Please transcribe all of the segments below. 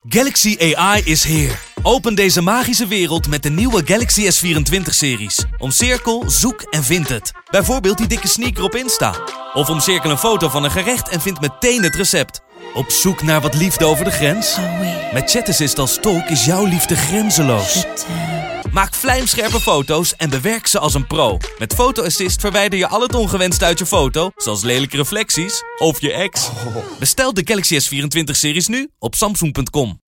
Galaxy AI is here. Open deze magische wereld met de nieuwe Galaxy S24-series. Omcirkel, zoek en vind het. Bijvoorbeeld die dikke sneaker op Insta. Of omcirkel een foto van een gerecht en vind meteen het recept. Op zoek naar wat liefde over de grens? Met ChatAssist als tolk is jouw liefde grenzeloos. Maak vlijmscherpe foto's en bewerk ze als een pro. Met Photo Assist verwijder je al het ongewenst uit je foto, zoals lelijke reflecties of je ex. Bestel de Galaxy S24-series nu op Samsung.com.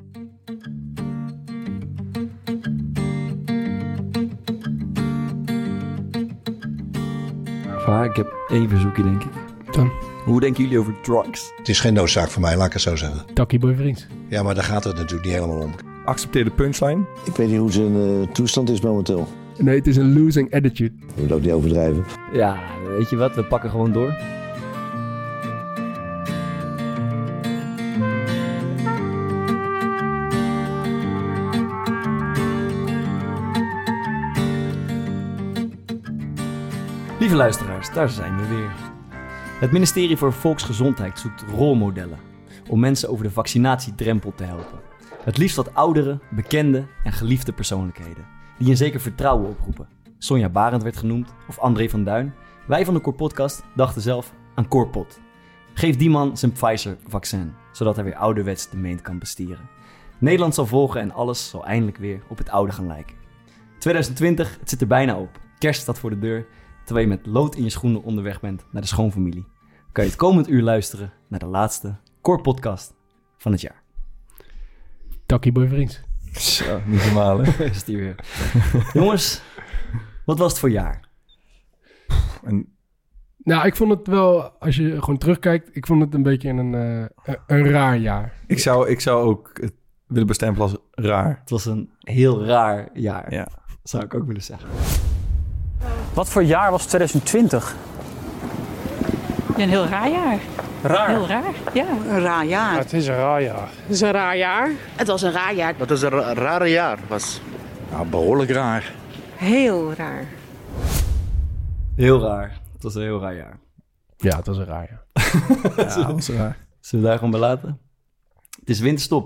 Ik heb 1 verzoekje, denk ik. Dan? Hoe denken jullie over drugs? Het is geen noodzaak voor mij, laat ik het zo zeggen. Takkie boy vriend. Ja, maar daar gaat het natuurlijk niet helemaal om. Accepteer de punchline. Ik weet niet hoe zijn toestand is momenteel. Nee, het is een losing attitude. Je moet ook niet overdrijven. Ja, weet je wat? We pakken gewoon door. Lieve luisteraars, daar zijn we weer. Het ministerie voor Volksgezondheid zoekt rolmodellen om mensen over de vaccinatiedrempel te helpen. Het liefst wat oudere, bekende en geliefde persoonlijkheden die een zeker vertrouwen oproepen. Sonja Barend werd genoemd of André van Duin. Wij van de Cor Podcast dachten zelf aan Corpot. Geef die man zijn Pfizer-vaccin, zodat hij weer ouderwets de meent kan bestieren. Nederland zal volgen en alles zal eindelijk weer op het oude gaan lijken. 2020, het zit er bijna op. Kerst staat voor de deur. Terwijl je met lood in je schoenen onderweg bent naar de schoonfamilie, kan je het komend uur luisteren naar de laatste Cor Podcast van het jaar. Takkie boy vriend. Zo, niet normaal hè? Is die weer. Jongens, wat was het voor jaar? Nou, ik vond het wel, als je gewoon terugkijkt, ik vond het een beetje een raar jaar. Ik zou ook het willen bestempelen als raar. Het was een heel raar jaar, Ja. zou ik ook willen zeggen. Wat voor jaar was 2020? Een heel raar jaar. Raar. Heel raar, ja. Een raar jaar. Het is een raar jaar. Het is een raar jaar. Het was een raar jaar. Dat is een rare jaar. Was behoorlijk raar. Heel raar. Heel raar. Het was een heel raar jaar. Ja, het was een raar jaar. Ja, dat was raar. Zullen we daar gewoon bij laten? Het is winterstop.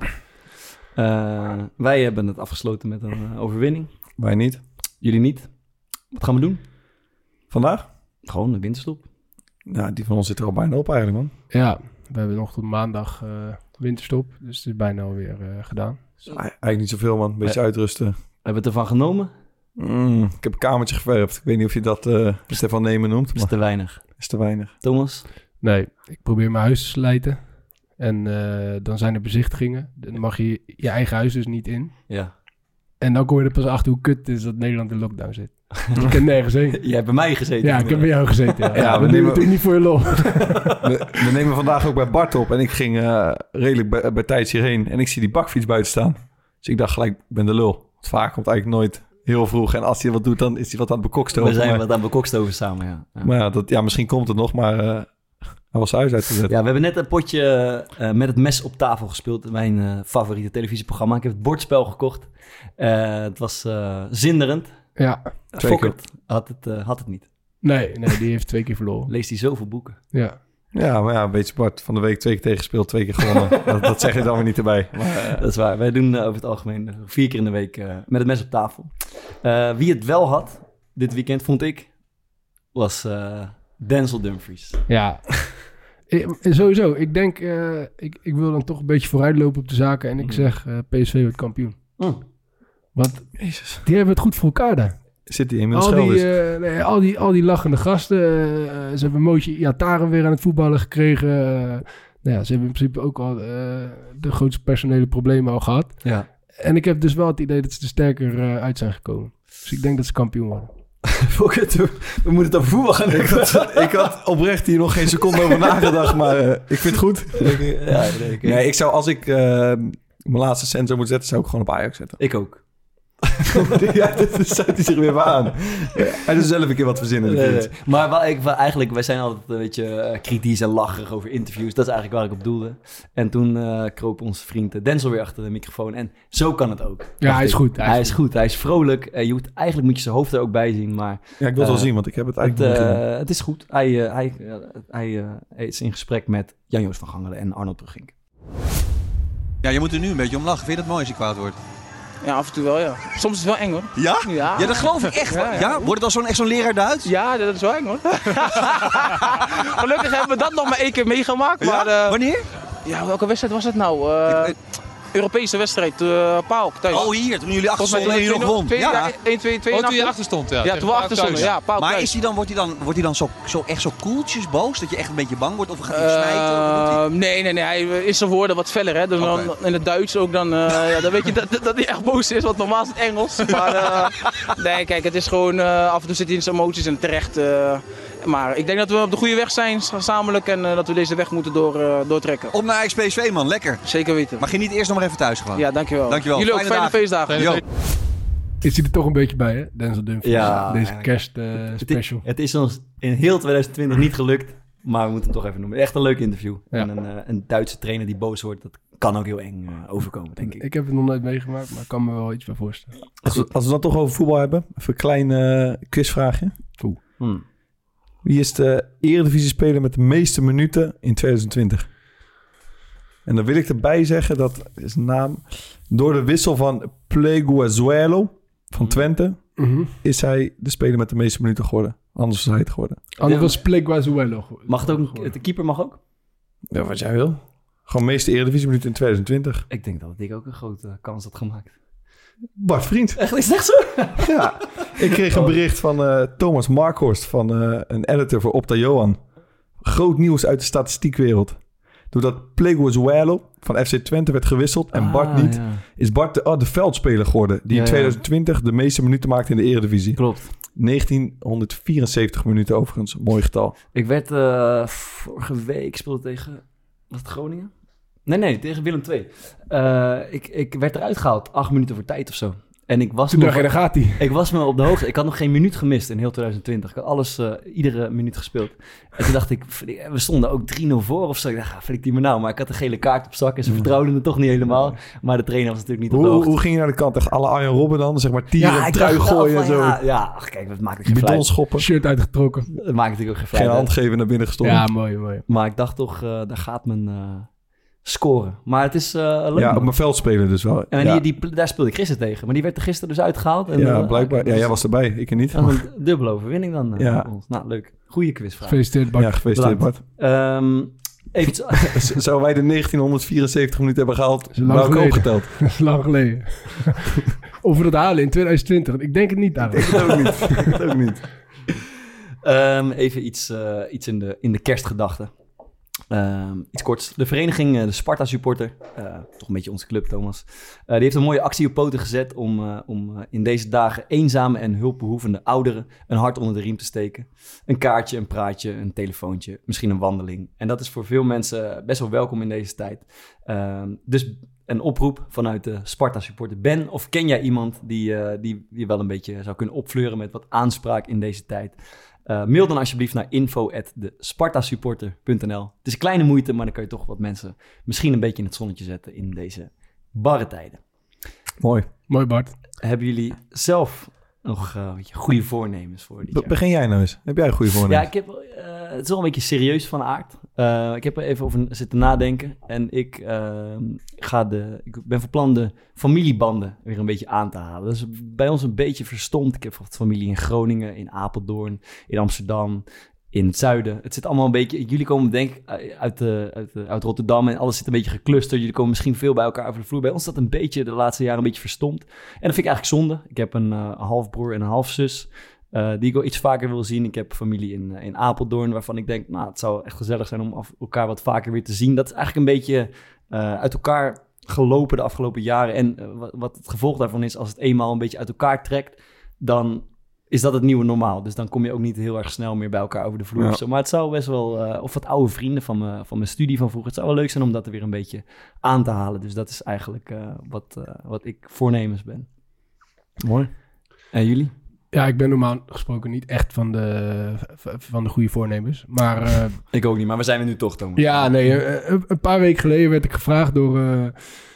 Wij hebben het afgesloten met een overwinning. Wij niet. Jullie niet. Wat gaan we doen? Vandaag? Gewoon een winterstop. Ja, die van ons zit er al bijna op eigenlijk, man. Ja, we hebben nog tot maandag winterstop, dus het is bijna alweer gedaan. Eigenlijk niet zoveel, man. Een beetje uitrusten. Hebben we het ervan genomen? Ik heb een kamertje geverfd. Ik weet niet of je dat Stefan Nemen noemt. Is Maar te weinig. is te weinig. Thomas? Nee, ik probeer mijn huis te slijten en dan zijn er bezichtigingen. Dan mag je je eigen huis dus niet in. Ja. En dan kom je er pas achter hoe kut het is dat Nederland in lockdown zit. Ik heb nergens heen. Jij hebt bij mij gezeten. Ja, ik heb bij jou gezeten. Ja, Ja, we we nemen nemen- natuurlijk niet voor je lol. We nemen vandaag ook bij Bart op. En ik ging redelijk bij tijds hierheen. En ik zie die bakfiets buiten staan. Dus ik dacht gelijk, ik ben de lul. Want vaak komt eigenlijk nooit heel vroeg. En als hij wat doet, dan is hij wat aan het bekokstoven. We zijn Maar- wat aan bekokstoven samen, ja. Maar ja, misschien komt het nog, maar hij was zijn huis uitgezet. Ja, we hebben net een potje met het mes op tafel gespeeld. Mijn favoriete televisieprogramma. Ik heb het bordspel gekocht. Het was zinderend. Ja, Fokkert had het niet. nee, die heeft 2 keer verloren. Leest hij zoveel boeken. Ja. Ja, maar ja, weet je Bart, van de week 2 keer tegengespeeld, 2 keer gewonnen. dat zeg je dan weer niet erbij. Maar, Dat is waar. Wij doen over het algemeen 4 keer in de week met het mes op tafel. Wie het wel had, dit weekend vond ik, was Denzel Dumfries. Ja, sowieso. Ik denk, ik wil dan toch een beetje vooruitlopen op de zaken. En ik zeg, PSV wordt kampioen. Want Jezus. die hebben het goed voor elkaar daar. Zit hij inmiddels Schelders? Al die lachende gasten. Ze hebben Mootje Iataren weer aan het voetballen gekregen. Nou ja, ze hebben in principe ook al de grootste personele problemen al gehad. Ja. En ik heb dus wel het idee dat ze er sterker uit zijn gekomen. Dus ik denk dat ze kampioen worden. We moeten het over voetbal gaan hebben. Ik had oprecht hier nog geen seconde over nagedacht, maar ik vind het goed. Ja, Ik zou, als ik mijn laatste cent zou moeten zetten, zou ik gewoon op Ajax zetten. ik ook. Ja, dat sluit hij zich weer aan. Hij doet zelf een keer wat verzinnen. Nee. Maar eigenlijk, wij zijn altijd een beetje kritisch en lacherig over interviews. Dat is eigenlijk waar ik op doelde. En toen kroop onze vriend Denzel weer achter de microfoon. En zo kan het ook. Ja, hij is goed. Hij is goed. Hij is vrolijk. Eigenlijk moet je zijn hoofd er ook bij zien. Maar Ja, ik wil het wel zien, want ik heb het eigenlijk niet gezien. het is goed. Hij is in gesprek met Jan-Joos van Gangelen en Arnold Brugging. Ja, je moet er nu een beetje om lachen. Vind je dat mooi als je kwaad wordt? Ja, af en toe wel, ja. Soms is het wel eng, hoor. Ja? Ja, Ja, dat geloof ik echt. Ja? Wordt het al echt zo'n leraar Duits? Ja, dat is wel eng, hoor. Gelukkig hebben we dat nog maar 1 keer meegemaakt. Ja? Maar, Wanneer? Ja, welke wedstrijd was het nou? Europese wedstrijd, PAOK thuis. Oh, hier, toen jullie achter stonden en jullie nog won. Ja, 1-2-2. Toen je achter stond, ja. Ja, toen we achter stonden, ja. PAOK Maar thuis. wordt hij dan zo echt zo koeltjes boos? Dat je echt een beetje bang wordt? Of gaat hij smijten? Nee, hij is zijn woorden wat feller, hè. Dus dan, in het Duits ook, dan weet je dat hij echt boos is. Want normaal is het Engels. Maar nee, kijk, het is gewoon... af en toe zit hij in zijn emoties en terecht... Maar ik denk dat we op de goede weg zijn gezamenlijk en dat we deze weg moeten doortrekken. Op naar PSV, man. Lekker. Zeker weten. Maar geniet eerst nog maar even thuis gewoon. Ja, dankjewel. Dankjewel. Jullie ook, fijne feestdagen. Is hij er toch een beetje bij, hè? Denzel Dumfries. Ja. Deze kerstspecial. Het is ons in heel 2020 niet gelukt, maar we moeten het toch even noemen. Echt een leuk interview. Ja. En een Duitse trainer die boos wordt, dat kan ook heel eng overkomen, denk ik. Ik heb het nog nooit meegemaakt, maar ik kan me wel iets bij voorstellen. Als we dan toch over voetbal hebben, even een klein quizvraagje. Wie is de Eredivisie-speler met de meeste minuten in 2020? En dan wil ik erbij zeggen, dat is een naam... Door de wissel van Pleguezuelo van Twente... is hij de speler met de meeste minuten geworden. Anders was hij het geworden. Anders was Pleguezuelo. Mag het ook? De keeper mag ook? Ja, wat jij wil. Gewoon meeste Eredivisie-minuten in 2020. Ik denk dat ik ook een grote kans had gemaakt. Bart Vriend. Echt, is het echt zo? Ja. Ik kreeg een bericht van Thomas Markhorst... van een editor voor Opta Johan. Groot nieuws uit de statistiekwereld. Doordat Pleguezuelo van FC Twente werd gewisseld... en Bart niet, is Bart de veldspeler geworden... die in 2020 de meeste minuten maakte in de Eredivisie. Klopt. 1974 minuten overigens. Mooi getal. Ik werd vorige week... speelde tegen... Was het Groningen? Nee, tegen Willem II. Ik werd eruit gehaald. 8 minuten voor tijd of zo. En ik was daar gaat hij. Ik was me op de hoogte. Ik had nog geen minuut gemist in heel 2020. Ik had alles, iedere minuut gespeeld. En toen dacht ik, we stonden ook 3-0 voor of zo. Ik dacht, flik die me nou. Maar ik had een gele kaart op zak en ze vertrouwden het toch niet helemaal. Maar de trainer was natuurlijk niet op de hoogte. Hoe ging je naar de kant? Echt alle Arjen Robben dan? Zeg maar tieren, trui gooien en zo. Ach, kijk, dat maakt ik geen bidon schoppen. Shirt uitgetrokken. Dat maakt natuurlijk ook geen Geen hand geven naar binnen gestopt. Ja, mooi. Maar ik dacht toch, daar gaat mijn... scoren. Maar het is leuk. Ja, op mijn veld spelen dus wel. En daar speelde Christen tegen. Maar die werd er gisteren dus uitgehaald. En, ja, blijkbaar. Ja, jij was erbij. Ik er niet. Dat is een dubbele overwinning dan. Ja. Nou, leuk. Goeie quizvraag. Gefeliciteerd, Bart. Ja, gefeliciteerd, Bart. Even Zouden wij de 1974 minuten hebben gehaald? Dat is lang geleden. opgeteld. Dat is lang geleden. Of we dat halen in 2020. Ik denk het niet, eigenlijk. Ik denk het ook niet. Even iets in de kerstgedachten. Iets korts. De vereniging, de Sparta supporter, toch een beetje onze club, Thomas, die heeft een mooie actie op poten gezet om in deze dagen eenzame en hulpbehoevende ouderen een hart onder de riem te steken. Een kaartje, een praatje, een telefoontje, misschien een wandeling. En dat is voor veel mensen best wel welkom in deze tijd. Dus een oproep vanuit de Sparta supporter. Ben of ken jij iemand die wel een beetje zou kunnen opfleuren met wat aanspraak in deze tijd? Mail dan alsjeblieft naar info@despartasupporter.nl. Het is een kleine moeite, maar dan kan je toch wat mensen misschien een beetje in het zonnetje zetten in deze barre tijden. Mooi. Mooi, Bart. Hebben jullie zelf nog goede voornemens voor dit jaar? Begin jij nou eens? Heb jij goede voornemens? Ja, ik heb... het is wel een beetje serieus van aard. Ik heb er even over zitten nadenken. En ik ben van plan de familiebanden weer een beetje aan te halen. Dat is bij ons een beetje verstomd. Ik heb bijvoorbeeld familie in Groningen, in Apeldoorn, in Amsterdam, in het zuiden. Het zit allemaal een beetje... Jullie komen denk ik uit Rotterdam en alles zit een beetje geclusterd. Jullie komen misschien veel bij elkaar over de vloer. Bij ons is dat een beetje de laatste jaren een beetje verstomd. En dat vind ik eigenlijk zonde. Ik heb een halfbroer en een halfzus... die ik wel iets vaker wil zien. Ik heb familie in Apeldoorn, waarvan ik denk... nou, het zou echt gezellig zijn om elkaar wat vaker weer te zien. Dat is eigenlijk een beetje uit elkaar gelopen de afgelopen jaren. En wat het gevolg daarvan is, als het eenmaal een beetje uit elkaar trekt... dan is dat het nieuwe normaal. Dus dan kom je ook niet heel erg snel meer bij elkaar over de vloer. Ja. Of zo. Maar het zou best wel... of wat oude vrienden van mijn studie van vroeger... het zou wel leuk zijn om dat er weer een beetje aan te halen. Dus dat is eigenlijk wat ik voornemens ben. Mooi. En jullie? Ja, ik ben normaal gesproken niet echt van de goede voornemens. Maar, ik ook niet, maar we zijn er nu toch, Thomas. Ja, nee. Een paar weken geleden werd ik gevraagd door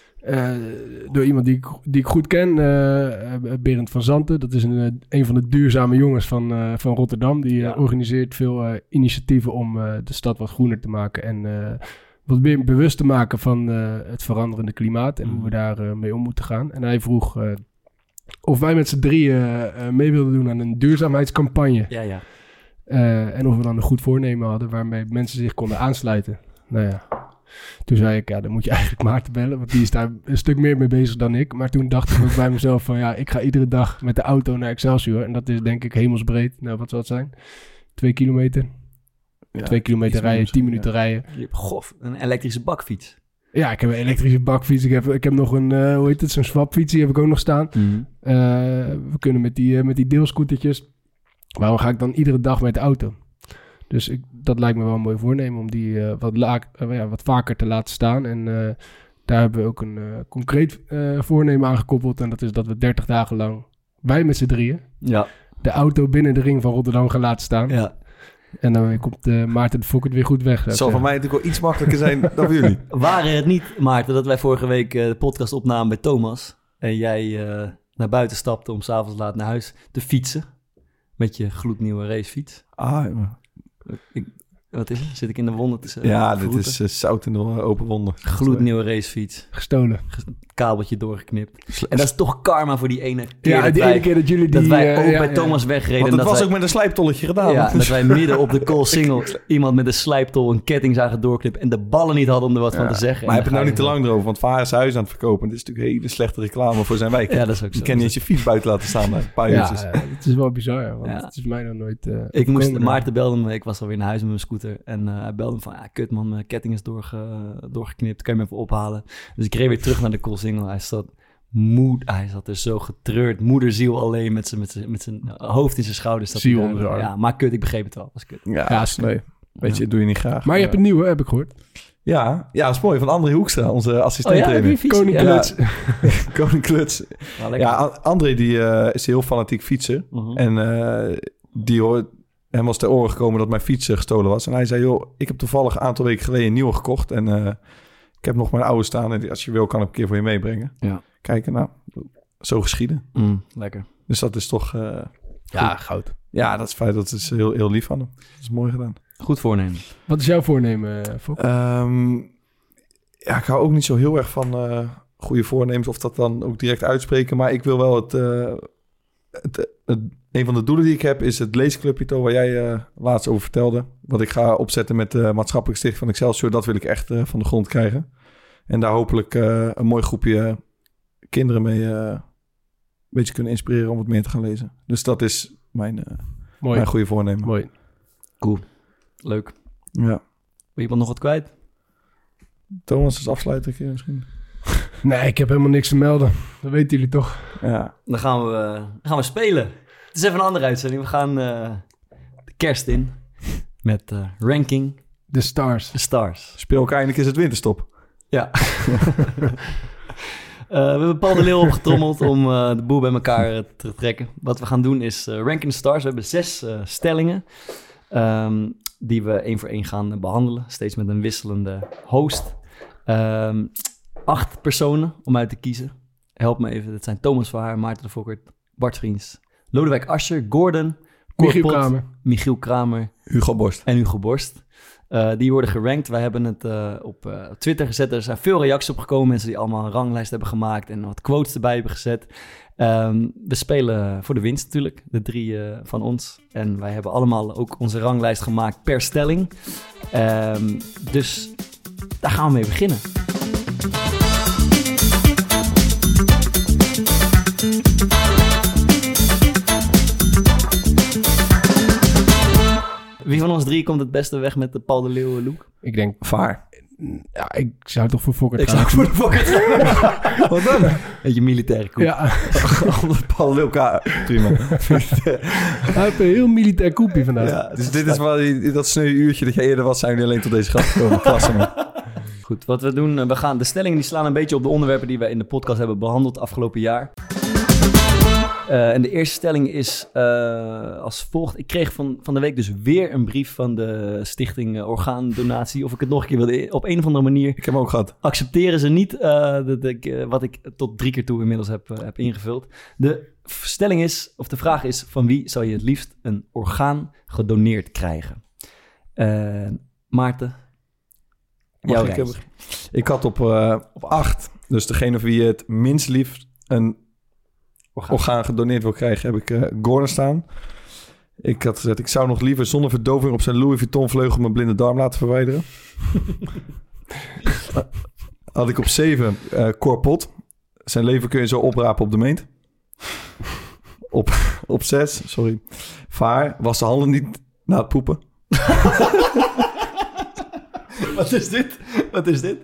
iemand die ik goed ken. Berend van Zanten. Dat is een van de duurzame jongens van Rotterdam. Die organiseert veel initiatieven om de stad wat groener te maken. En wat meer bewust te maken van het veranderende klimaat en hoe we daar mee om moeten gaan. En hij vroeg of wij met z'n drieën mee wilden doen aan een duurzaamheidscampagne. Ja. En of we dan een goed voornemen hadden waarmee mensen zich konden aansluiten. Nou ja, toen zei ik, dan moet je eigenlijk Maarten bellen, want die is daar een stuk meer mee bezig dan ik. Maar toen dacht ik ook bij mezelf van, ik ga iedere dag met de auto naar Excelsior. En dat is denk ik hemelsbreed. Nou, wat zal het zijn? 2 kilometer. Ja, 2 kilometer rijden, 10 minuten rijden. Je hebt een elektrische bakfiets. Ja, ik heb een elektrische bakfiets. Ik heb nog een, zo'n swapfiets, die heb ik ook nog staan. Mm. We kunnen met die deelscootertjes. Waarom ga ik dan iedere dag met de auto? Dus dat lijkt me wel een mooi voornemen om die wat vaker te laten staan. En daar hebben we ook een concreet voornemen aan gekoppeld. En dat is dat we 30 dagen lang, wij met z'n drieën, de auto binnen de ring van Rotterdam gaan laten staan. Ja. En dan komt Maarten de Fokker weer goed weg. Het zal voor mij natuurlijk wel iets makkelijker zijn dan voor jullie. Waren het niet, Maarten, dat wij vorige week de podcast opnamen bij Thomas en jij naar buiten stapte om 's avonds laat naar huis te fietsen met je gloednieuwe racefiets? Wat is het? Zit ik in de wonden tussen? Dit is zout in de open wonden. Gloednieuwe racefiets. Gestolen. Kabeltje doorgeknipt. En dat is toch karma voor die ene keer. Ja, die ene keer dat jullie dat wij ook bij Thomas wegreden. Want het was ook met een slijptolletje gedaan. Ja, dat wij midden op de Koolsingel iemand met een slijptol een ketting zagen doorknippen en de ballen niet hadden om er wat van te zeggen. Maar heb het nou niet te lang erover, want vader is huis aan het verkopen. Dit is natuurlijk hele slechte reclame voor zijn wijk. Ja, dat is ook zo. Je kan niet eens je fiets buiten laten staan een paar uurtjes. Het is wel bizar, want het is mij nog nooit... Maarten belde me, ik was alweer naar huis met mijn scooter en hij belde me van, kut man, mijn ketting is doorgeknipt, kan je me even ophalen? Dus ik reed weer terug naar de Koolsingel. Hij zat er zo getreurd, moederziel alleen met zijn hoofd in zijn schouders. Ziel onder zijn arm. Ja, maar kut, ik begreep het wel. Was kut. Ja, nee. Weet je, doe je niet graag. Maar je hebt een nieuwe, heb ik gehoord. Ja, dat is mooi. Van André Hoekstra, onze assistent-trainer. Koning Kluts. Koning Kluts. André die is heel fanatiek fietser. En hem was ter oren gekomen dat mijn fiets gestolen was. En hij zei, joh, ik heb toevallig een aantal weken geleden een nieuwe gekocht. En ik heb nog mijn oude staan. En als je wil, kan ik een keer voor je meebrengen. Ja. Kijken, nou, zo geschieden. Lekker. Dus dat is toch... goud. Ja, dat is fijn. Dat is heel, heel lief van hem. Dat is mooi gedaan. Goed voornemen. Wat is jouw voornemen, Fok? Ik hou ook niet zo heel erg van goede voornemens of dat dan ook direct uitspreken. Maar ik wil wel een van de doelen die ik heb is het leesclubje, Toon, waar jij laatst over vertelde. Wat ik ga opzetten met de maatschappelijke stichting van Excelsior. Dat wil ik echt van de grond krijgen. En daar hopelijk een mooi groepje kinderen mee een beetje kunnen inspireren om wat meer te gaan lezen. Dus dat is mijn goede voornemen. Mooi. Cool. Leuk. Ja. Wil je iemand nog wat kwijt? Thomas, als afsluiter misschien. Nee, ik heb helemaal niks te melden. Dat weten jullie toch. Ja. Dan gaan we spelen. Het is even een andere uitzending. We gaan de kerst in met ranking. The Stars. Speel ook eindelijk is het winterstop. Ja. We hebben Paul de Leeuw opgetrommeld om de boel bij elkaar te trekken. Wat we gaan doen is ranking the stars. We hebben 6 stellingen die we 1 voor 1 gaan behandelen. Steeds met een wisselende host. 8 personen om uit te kiezen. Help me even. Dat zijn Thomas Verhaar, Maarten de Fokker, Bart Vriends, Lodewijk Asscher, Gordon, Michiel Kramer, Hugo Borst. En Hugo Borst. Die worden gerankt. Wij hebben het op Twitter gezet. Er zijn veel reacties op gekomen. Mensen die allemaal een ranglijst hebben gemaakt en wat quotes erbij hebben gezet. We spelen voor de winst natuurlijk, de 3 van ons. En wij hebben allemaal ook onze ranglijst gemaakt per stelling. Dus daar gaan we mee beginnen. Wie van ons 3 komt het beste weg met de Paul de Leeuw look? Ik denk Vaar. Ja, ik zou toch voor Fokker gaan. Ik zou voor de Fokker gaan. Wat dan? Beetje militaire koep. Ja. Paul de Leeuw, prima. Hij heeft een heel militair koepje vandaag. Ja, dus dit is wel dat sneu uurtje dat jij eerder was, zijn jullie alleen tot deze grap gekomen. Klasse, man. Goed, wat we doen, de stellingen die slaan een beetje op de onderwerpen die we in de podcast hebben behandeld afgelopen jaar. En de eerste stelling is als volgt. Ik kreeg van de week dus weer een brief van de stichting Orgaandonatie. Of ik het nog een keer wilde. Op een of andere manier. Ik heb hem ook gehad. Accepteren ze niet wat ik tot 3 keer toe inmiddels heb ingevuld. De stelling is, of de vraag is, van wie zou je het liefst een orgaan gedoneerd krijgen? Maarten? Jouw ik, reis. ik had op 8, dus degene voor wie je het minst liefst een orgaan gedoneerd wil krijgen, heb ik Gordon staan. Ik had gezegd, ik zou nog liever zonder verdoving op zijn Louis Vuitton vleugel mijn blinde darm laten verwijderen. Had ik op 7 Cor Pot. Zijn leven kun je zo oprapen op de meent. Op 6, Vaar, was de handen niet na het poepen. Wat is dit?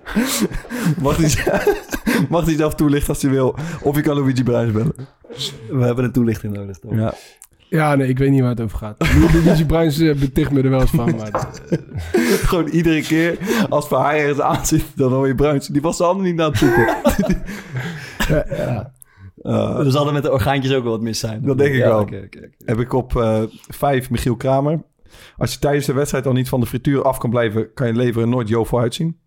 Mag hij zelf toelichten als hij wil. Of je kan Luigi Bruins bellen. We hebben een toelichting nodig, toch? Ja. Ja, nee, ik weet niet waar het over gaat. Luigi Bruins beticht me er wel eens van. Maar Gewoon iedere keer als Vaar ergens aan zit, dan hoor je Bruins. Die was de handen niet na het poepen. ja. Er zal er met de orgaantjes ook wel wat mis zijn. Dat denk ik wel. Okay. Heb ik op 5 Michiel Kramer. Als je tijdens de wedstrijd al niet van de frituur af kan blijven, kan je leveren nooit jovel uitzien.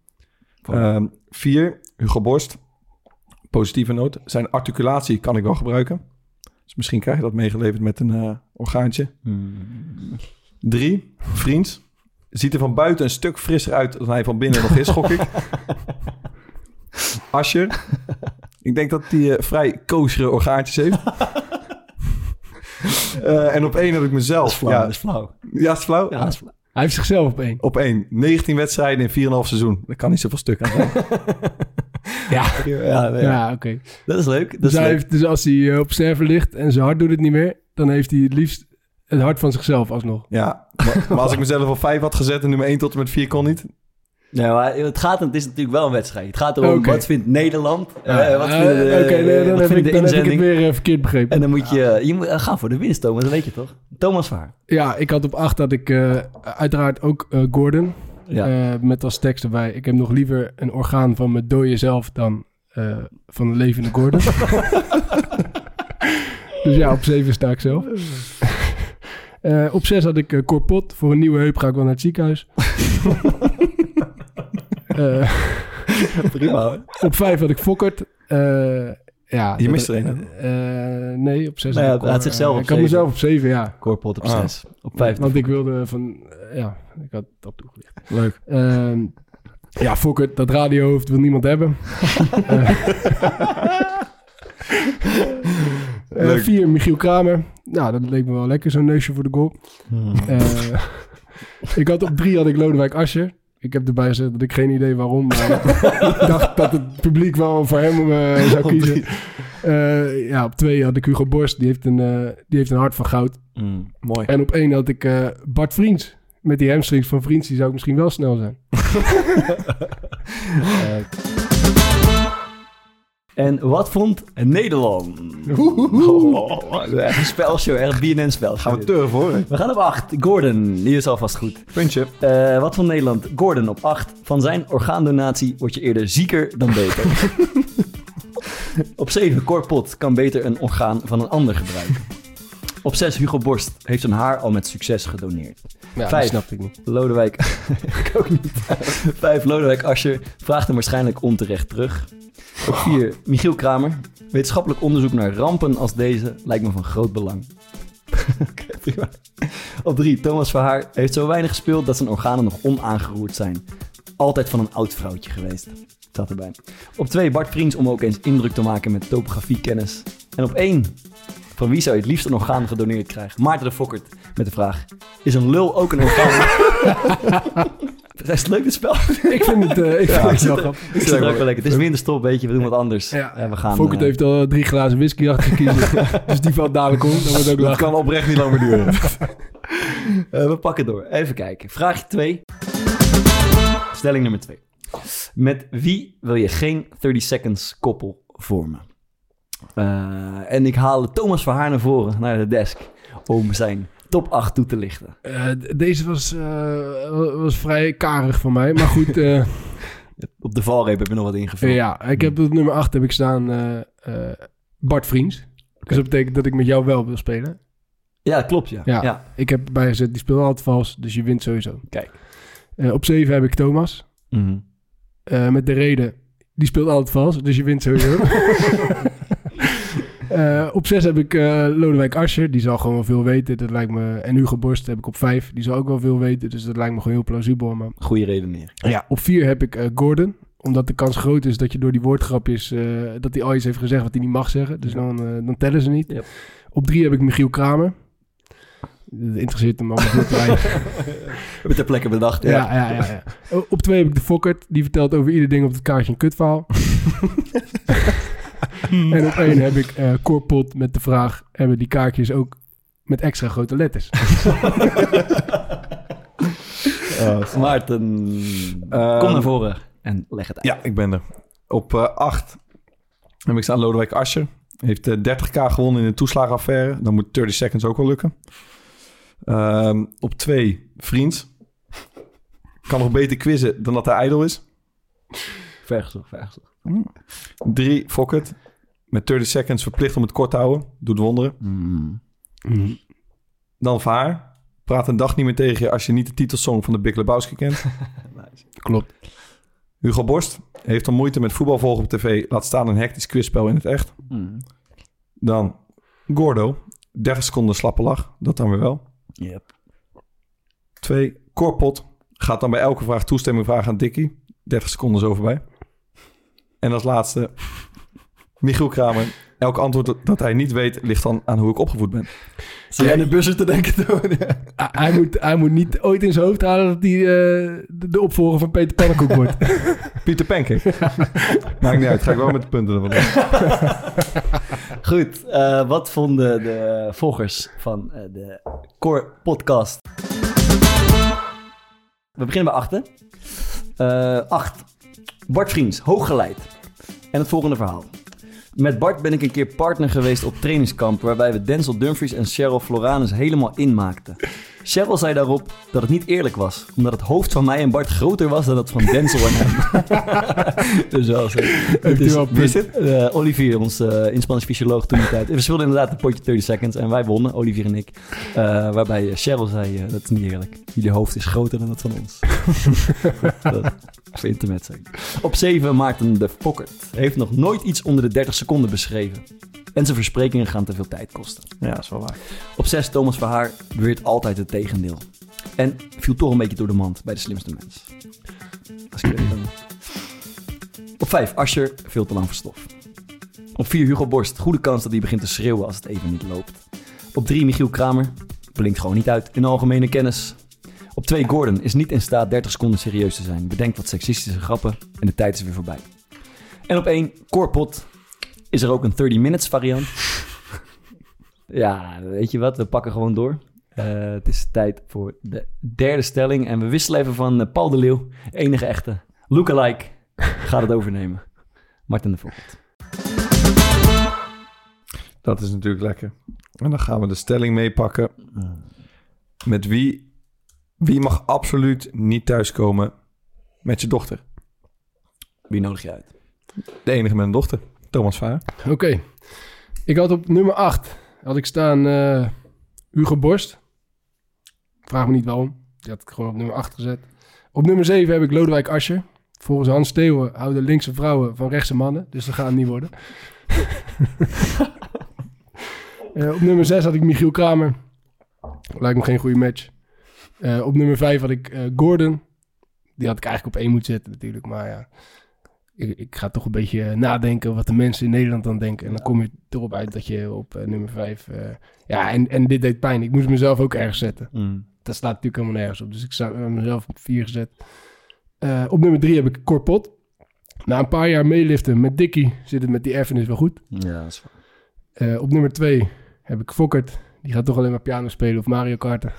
4 Hugo Borst. Positieve noot. Zijn articulatie kan ik wel gebruiken. Dus misschien krijg je dat meegeleverd met een orgaantje. 3 Vriends. Ziet er van buiten een stuk frisser uit dan hij van binnen nog is, gok ik. Ascher. Ik denk dat hij vrij koosere orgaantjes heeft. En op 1 heb ik mezelf. Dat is flauw. Ja, dat is flauw? Ja, dat is flauw. Hij heeft zichzelf op 1. Op 1. 19 wedstrijden in 4,5 seizoen. Dat kan niet zoveel stuk aan zijn. Ja, oké. Dat is leuk. Dus als hij op sterven ligt en zijn hart doet het niet meer, dan heeft hij het liefst het hart van zichzelf alsnog. Ja, maar als ik mezelf op 5 had gezet en nummer 1 tot en met 4 kon niet. Ja, maar het is natuurlijk wel een wedstrijd. Het gaat erom, wat vindt Nederland? Dan heb ik het weer verkeerd begrepen. En dan moet je moet gaan voor de winst, Thomas. Dat weet je toch? Thomas Vaar. Ja, ik had op 8 had ik uiteraard ook Gordon. Ja. Met als tekst erbij. Ik heb nog liever een orgaan van mijn dode zelf dan van een levende Gordon. Dus ja, op 7 sta ik zelf. Op 6 had ik Cor Pot. Voor een nieuwe heup ga ik wel naar het ziekenhuis. Prima hoor. Op 5 had ik Fokkert. Ja, je mist er een. nee, op 6 had ik had zichzelf op 7. Ik had mezelf op 7, ja. Cor Pot op 6. Op 5. Want ik wilde van... ja, ik had het op toegelicht. Leuk. Ja, Fokkert, dat radiohoofd wil niemand hebben. 4 Michiel Kramer. Nou, dat leek me wel lekker, zo'n neusje voor de goal. Ik had op 3 had ik Lodewijk Asscher. Ik heb erbij gezegd dat ik geen idee waarom, maar ik dacht dat het publiek wel voor hem zou kiezen. Ja, op 2 had ik Hugo Borst. Die heeft een hart van goud. Mooi. En op 1 had ik Bart Vriends. Met die hamstrings van Vriends, die zou ik misschien wel snel zijn. En wat vond Nederland? Echt een spelshow, echt BNN-spelshow. Gaan we turven hoor. We gaan op 8. Gordon, die is alvast goed. Puntje. Wat vond Nederland? Gordon op 8. Van zijn orgaandonatie word je eerder zieker dan beter. Op 7. Cor Pot kan beter een orgaan van een ander gebruiken. Op 6. Hugo Borst heeft zijn haar al met succes gedoneerd. Ja, 5. dat snapte ik niet. Lodewijk... ik ook niet. 5. Lodewijk Asscher vraagt hem waarschijnlijk onterecht terug. Op 4. Michiel Kramer. Wetenschappelijk onderzoek naar rampen als deze lijkt me van groot belang. Okay, prima. Op 3. Thomas Verhaar heeft zo weinig gespeeld dat zijn organen nog onaangeroerd zijn. Altijd van een oud vrouwtje geweest. Dat erbij. Op 2. Bart Vriends om ook eens indruk te maken met topografiekennis. En op 1. Van wie zou je het liefst een orgaan gedoneerd krijgen? Maarten de Fokkert met de vraag: is een lul ook een orgaan? Dat is het leuk, dit spel. Ik vind het wel grappig. Ik vind het ook wel lekker. Het is winterstop, weet je. We doen wat anders. Ja. We gaan. Fokkert heeft al 3 glazen whisky achter kiezen. Dus die valt dadelijk om. Dat wordt ook dat kan oprecht niet lang meer duren. We pakken door. Even kijken. Vraagje 2. Stelling nummer 2. Met wie wil je geen 30 seconds koppel vormen? En ik haal Thomas Verhaar naar voren, naar de desk, om zijn top 8 toe te lichten. Deze was vrij karig van mij, maar goed. Op de valreep heb je nog wat ingevuld. Ja, ik heb op nummer 8 heb ik staan Bart Vriends. Okay. Dus dat betekent dat ik met jou wel wil spelen. Ja, klopt, ja. Ik heb bijgezet, die speelt altijd vals, dus je wint sowieso. Kijk. Op 7 heb ik Thomas. Mm-hmm. Met de reden, die speelt altijd vals, dus je wint sowieso. Op 6 heb ik Lodewijk Asscher. Die zal gewoon wel veel weten. Dat lijkt me. En Hugo Borst heb ik op 5. Die zal ook wel veel weten. Dus dat lijkt me gewoon heel plausibel. Maar... Goeie redenering. Ja, op 4 heb ik Gordon. Omdat de kans groot is dat je door die woordgrapjes... dat hij al iets heeft gezegd wat hij niet mag zeggen. Dus dan tellen ze niet. Yep. Op 3 heb ik Michiel Kramer. Dat interesseert hem allemaal veel te weinig. Heb je ter plekke bedacht. Ja. Op 2 heb ik de Fokkert. Die vertelt over ieder ding op het kaartje een kutverhaal. En op 1 heb ik Corpot met de vraag... hebben die kaartjes ook met extra grote letters? Maarten, kom naar voren en leg het uit. Ja, ik ben er. Op 8 heb ik staan Lodewijk Asscher. Heeft 30k gewonnen in de toeslagenaffaire. Dan moet 30 seconds ook wel lukken. Op 2 Vriends. Kan nog beter quizzen dan dat hij ijdel is. Vergezocht. 3 Fokkert. Met 30 seconds verplicht om het kort te houden. Doet wonderen. Dan Vaar. Praat een dag niet meer tegen je als je niet de titelsong van de Big Lebowski kent. Nice. Klopt. Hugo Borst heeft al moeite met voetbal volgen op tv. Laat staan een hectisch quizspel in het echt. Dan Gordo. 30 seconden slappe lach. Dat dan weer wel. Yep. 2 Corpot. Gaat dan bij elke vraag toestemming vragen aan Dickie. 30 seconden zo voorbij. En als laatste Michiel Kramer. Elk antwoord dat hij niet weet, ligt dan aan hoe ik opgevoed ben. Zie jij de buzzer te denken doen? Hij moet niet ooit in zijn hoofd halen dat hij de opvolger van Peter Pannenkoek wordt. Pieter Pancake. Maakt niet uit, ga ik wel met de punten ervan doen. Goed, wat vonden de volgers van de Core Podcast? We beginnen bij 8. 8. Bart Vriends, hooggeleid. En het volgende verhaal. Met Bart ben ik een keer partner geweest op trainingskamp... waarbij we Denzel Dumfries en Cheryl Floranus helemaal inmaakten. Cheryl zei daarop dat het niet eerlijk was... omdat het hoofd van mij en Bart groter was dan dat van Denzel en hem. Dus wel zo. Wie is dit? Olivier, ons inspanningsfysioloog toen die tijd. We speelden inderdaad een potje 30 seconds en wij wonnen, Olivier en ik. Waarbij Cheryl zei, dat is niet eerlijk. Jullie hoofd is groter dan dat van ons. Even internet zijn. Op 7 Maarten de Fokkert. Heeft nog nooit iets onder de 30 seconden beschreven. En zijn versprekingen gaan te veel tijd kosten. Ja, dat is wel waar. Op 6 Thomas Verhaar beweert altijd het tegendeel. En viel toch een beetje door de mand bij de slimste mens. Als ik dan... Op 5 Asscher, veel te lang verstof. Op 4 Hugo Borst, goede kans dat hij begint te schreeuwen als het even niet loopt. Op 3 Michiel Kramer, blinkt gewoon niet uit in de algemene kennis. Op 2 Gordon is niet in staat 30 seconden serieus te zijn. Bedenkt wat seksistische grappen en de tijd is weer voorbij. En op 1 Corpot is er ook een 30 minutes variant. Ja, weet je wat? We pakken gewoon door. Het is tijd voor de derde stelling. En we wisselen even van Paul de Leeuw, enige echte lookalike, gaat het overnemen. Martin de Voogd. Dat is natuurlijk lekker. En dan gaan we de stelling meepakken. Met wie mag absoluut niet thuiskomen met je dochter? Wie nodig je uit? De enige met een dochter, Thomas Vaar. Oké. Ik had op nummer 8 had ik staan Hugo Borst. Vraag me niet waarom. Die had ik gewoon op nummer 8 gezet. Op nummer 7 heb ik Lodewijk Asscher. Volgens Hans Steeuwen houden linkse vrouwen van rechtse mannen. Dus dat gaat het niet worden. Op nummer 6 had ik Michiel Kramer. Lijkt me geen goede match. Op nummer 5 had ik Gordon. Die had ik eigenlijk op 1 moeten zetten natuurlijk. Maar ja, ik ga toch een beetje nadenken wat de mensen in Nederland dan denken. En dan kom je erop uit dat je op nummer 5... ja, en dit deed pijn. Ik moest mezelf ook ergens zetten. Dat slaat natuurlijk helemaal nergens op. Dus ik heb mezelf op 4 gezet. Op nummer 3 heb ik Corpot. Na een paar jaar meeliften met Dickie zit het met die erfenis wel goed. Ja, dat is waar. Op nummer 2 heb ik Fokkert. Die gaat toch alleen maar piano spelen of Mario Karten.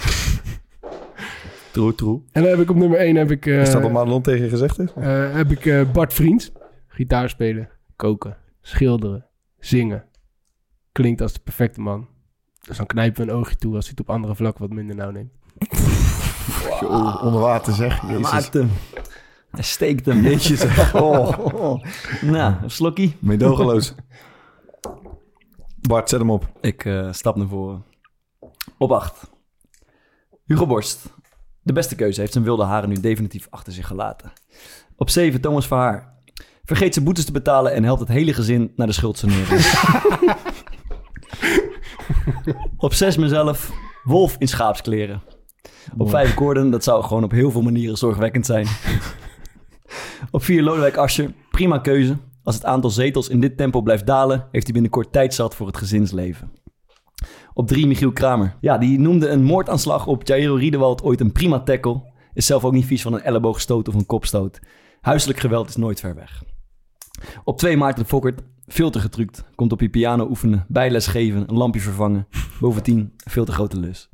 True. En dan heb ik op nummer 1 heb ik... is dat wat Madelon tegen je gezegd heeft? Heb ik Bart Vriends. Gitaar spelen, koken, schilderen, zingen. Klinkt als de perfecte man. Dus dan knijpen we een oogje toe als hij het op andere vlakken wat minder nauw neemt. Wow. Onder water zeg. Maakt hem. Hij steekt hem. Jeetje zeg. Nou, een slokkie. Meedogenloos. Bart, zet hem op. Ik stap naar voren. Op 8. Hugo Borst. De beste keuze heeft zijn wilde haren nu definitief achter zich gelaten. Op 7 Thomas Verhaar. Vergeet zijn boetes te betalen en helpt het hele gezin naar de schuldsanering. Op 6 mezelf, Wolf in schaapskleren. Op 5 Gordon, dat zou gewoon op heel veel manieren zorgwekkend zijn. Op 4 Lodewijk Asscher, prima keuze. Als het aantal zetels in dit tempo blijft dalen, heeft hij binnenkort tijd zat voor het gezinsleven. Op 3 Michiel Kramer. Ja, die noemde een moordaanslag op Jairo Riedewald ooit een prima tackle. Is zelf ook niet vies van een elleboogstoot of een kopstoot. Huiselijk geweld is nooit ver weg. Op 2 Maarten de Fokkert. Veel te getrukt. Komt op je piano oefenen, bijles geven, een lampje vervangen. Boven 10, veel te grote lus.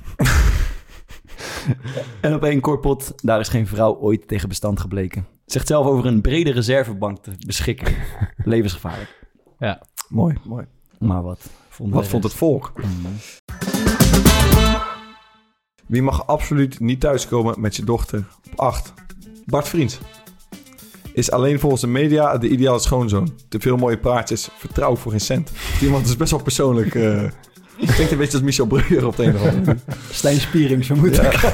En op 1 Corpot, daar is geen vrouw ooit tegen bestand gebleken. Zegt zelf over een brede reservebank te beschikken. Levensgevaarlijk. Ja, mooi. Maar wat vond het volk? Wie mag absoluut niet thuiskomen met je dochter? Op 8. Bart Vriends. Is alleen volgens de media de ideale schoonzoon. Te veel mooie praatjes, vertrouw voor geen cent. Iemand is best wel persoonlijk. Ik denk een beetje als Michel Breuer op de een of andere manier. Stijn Spierings, vermoed ik.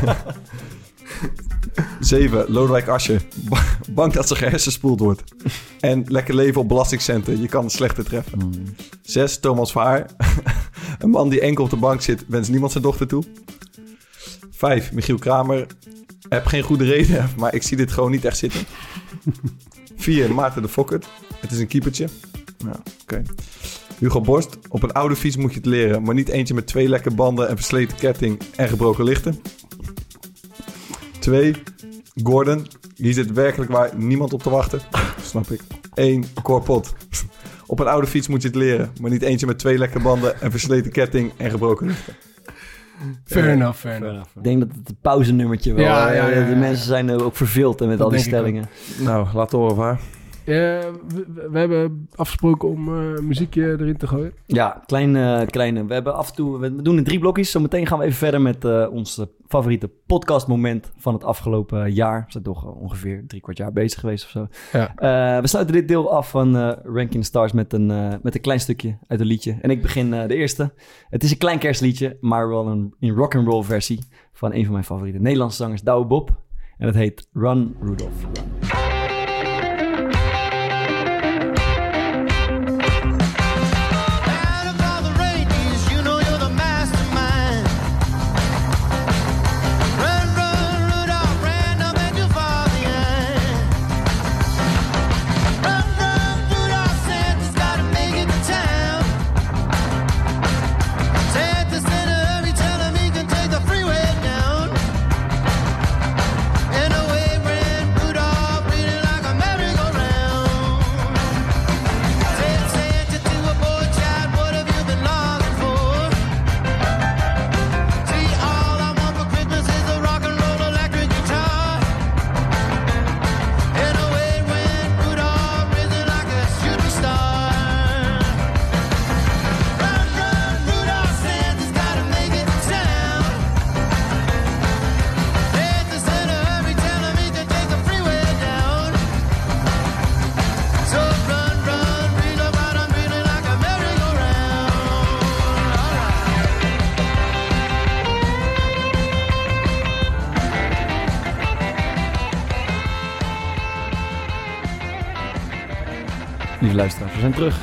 7. Lodewijk Asscher. Bang dat ze gehersenspoeld wordt. En lekker leven op belastingcenten. Je kan het slechter treffen. 6. Thomas Verhaar. Een man die enkel op de bank zit, wenst niemand zijn dochter toe. 5. Michiel Kramer. Heb geen goede reden, maar ik zie dit gewoon niet echt zitten. 4. Maarten de Fokkert. Het is een keepertje. Nou, oké. Hugo Borst. Op een oude fiets moet je het leren, maar niet eentje met 2 lekke banden, een versleten ketting en gebroken lichten. 2. Gordon. Hier zit werkelijk waar niemand op te wachten. Snap ik. 1. Corpot. Op een oude fiets moet je het leren, maar niet eentje met 2 lekke banden, een versleten ketting en gebroken lichten. Fair enough. Ik denk dat het pauzenummertje wel... Ja. De mensen zijn ook verveeld met al die stellingen. Nou, laat horen waar. We hebben afgesproken om muziekje erin te gooien. Ja, kleine. We hebben af en toe... We doen in 3 blokjes. Zometeen gaan we even verder met ons favoriete podcastmoment van het afgelopen jaar. We zijn toch ongeveer 3/4 jaar bezig geweest of zo. Ja. We sluiten dit deel af van Ranking Stars met een klein stukje uit een liedje. En ik begin de eerste. Het is een klein kerstliedje, maar wel een rock'n'roll versie van een van mijn favoriete Nederlandse zangers, Douwe Bob. En het heet Run, Rudolph, Run. Lieve luisteraars, we zijn terug.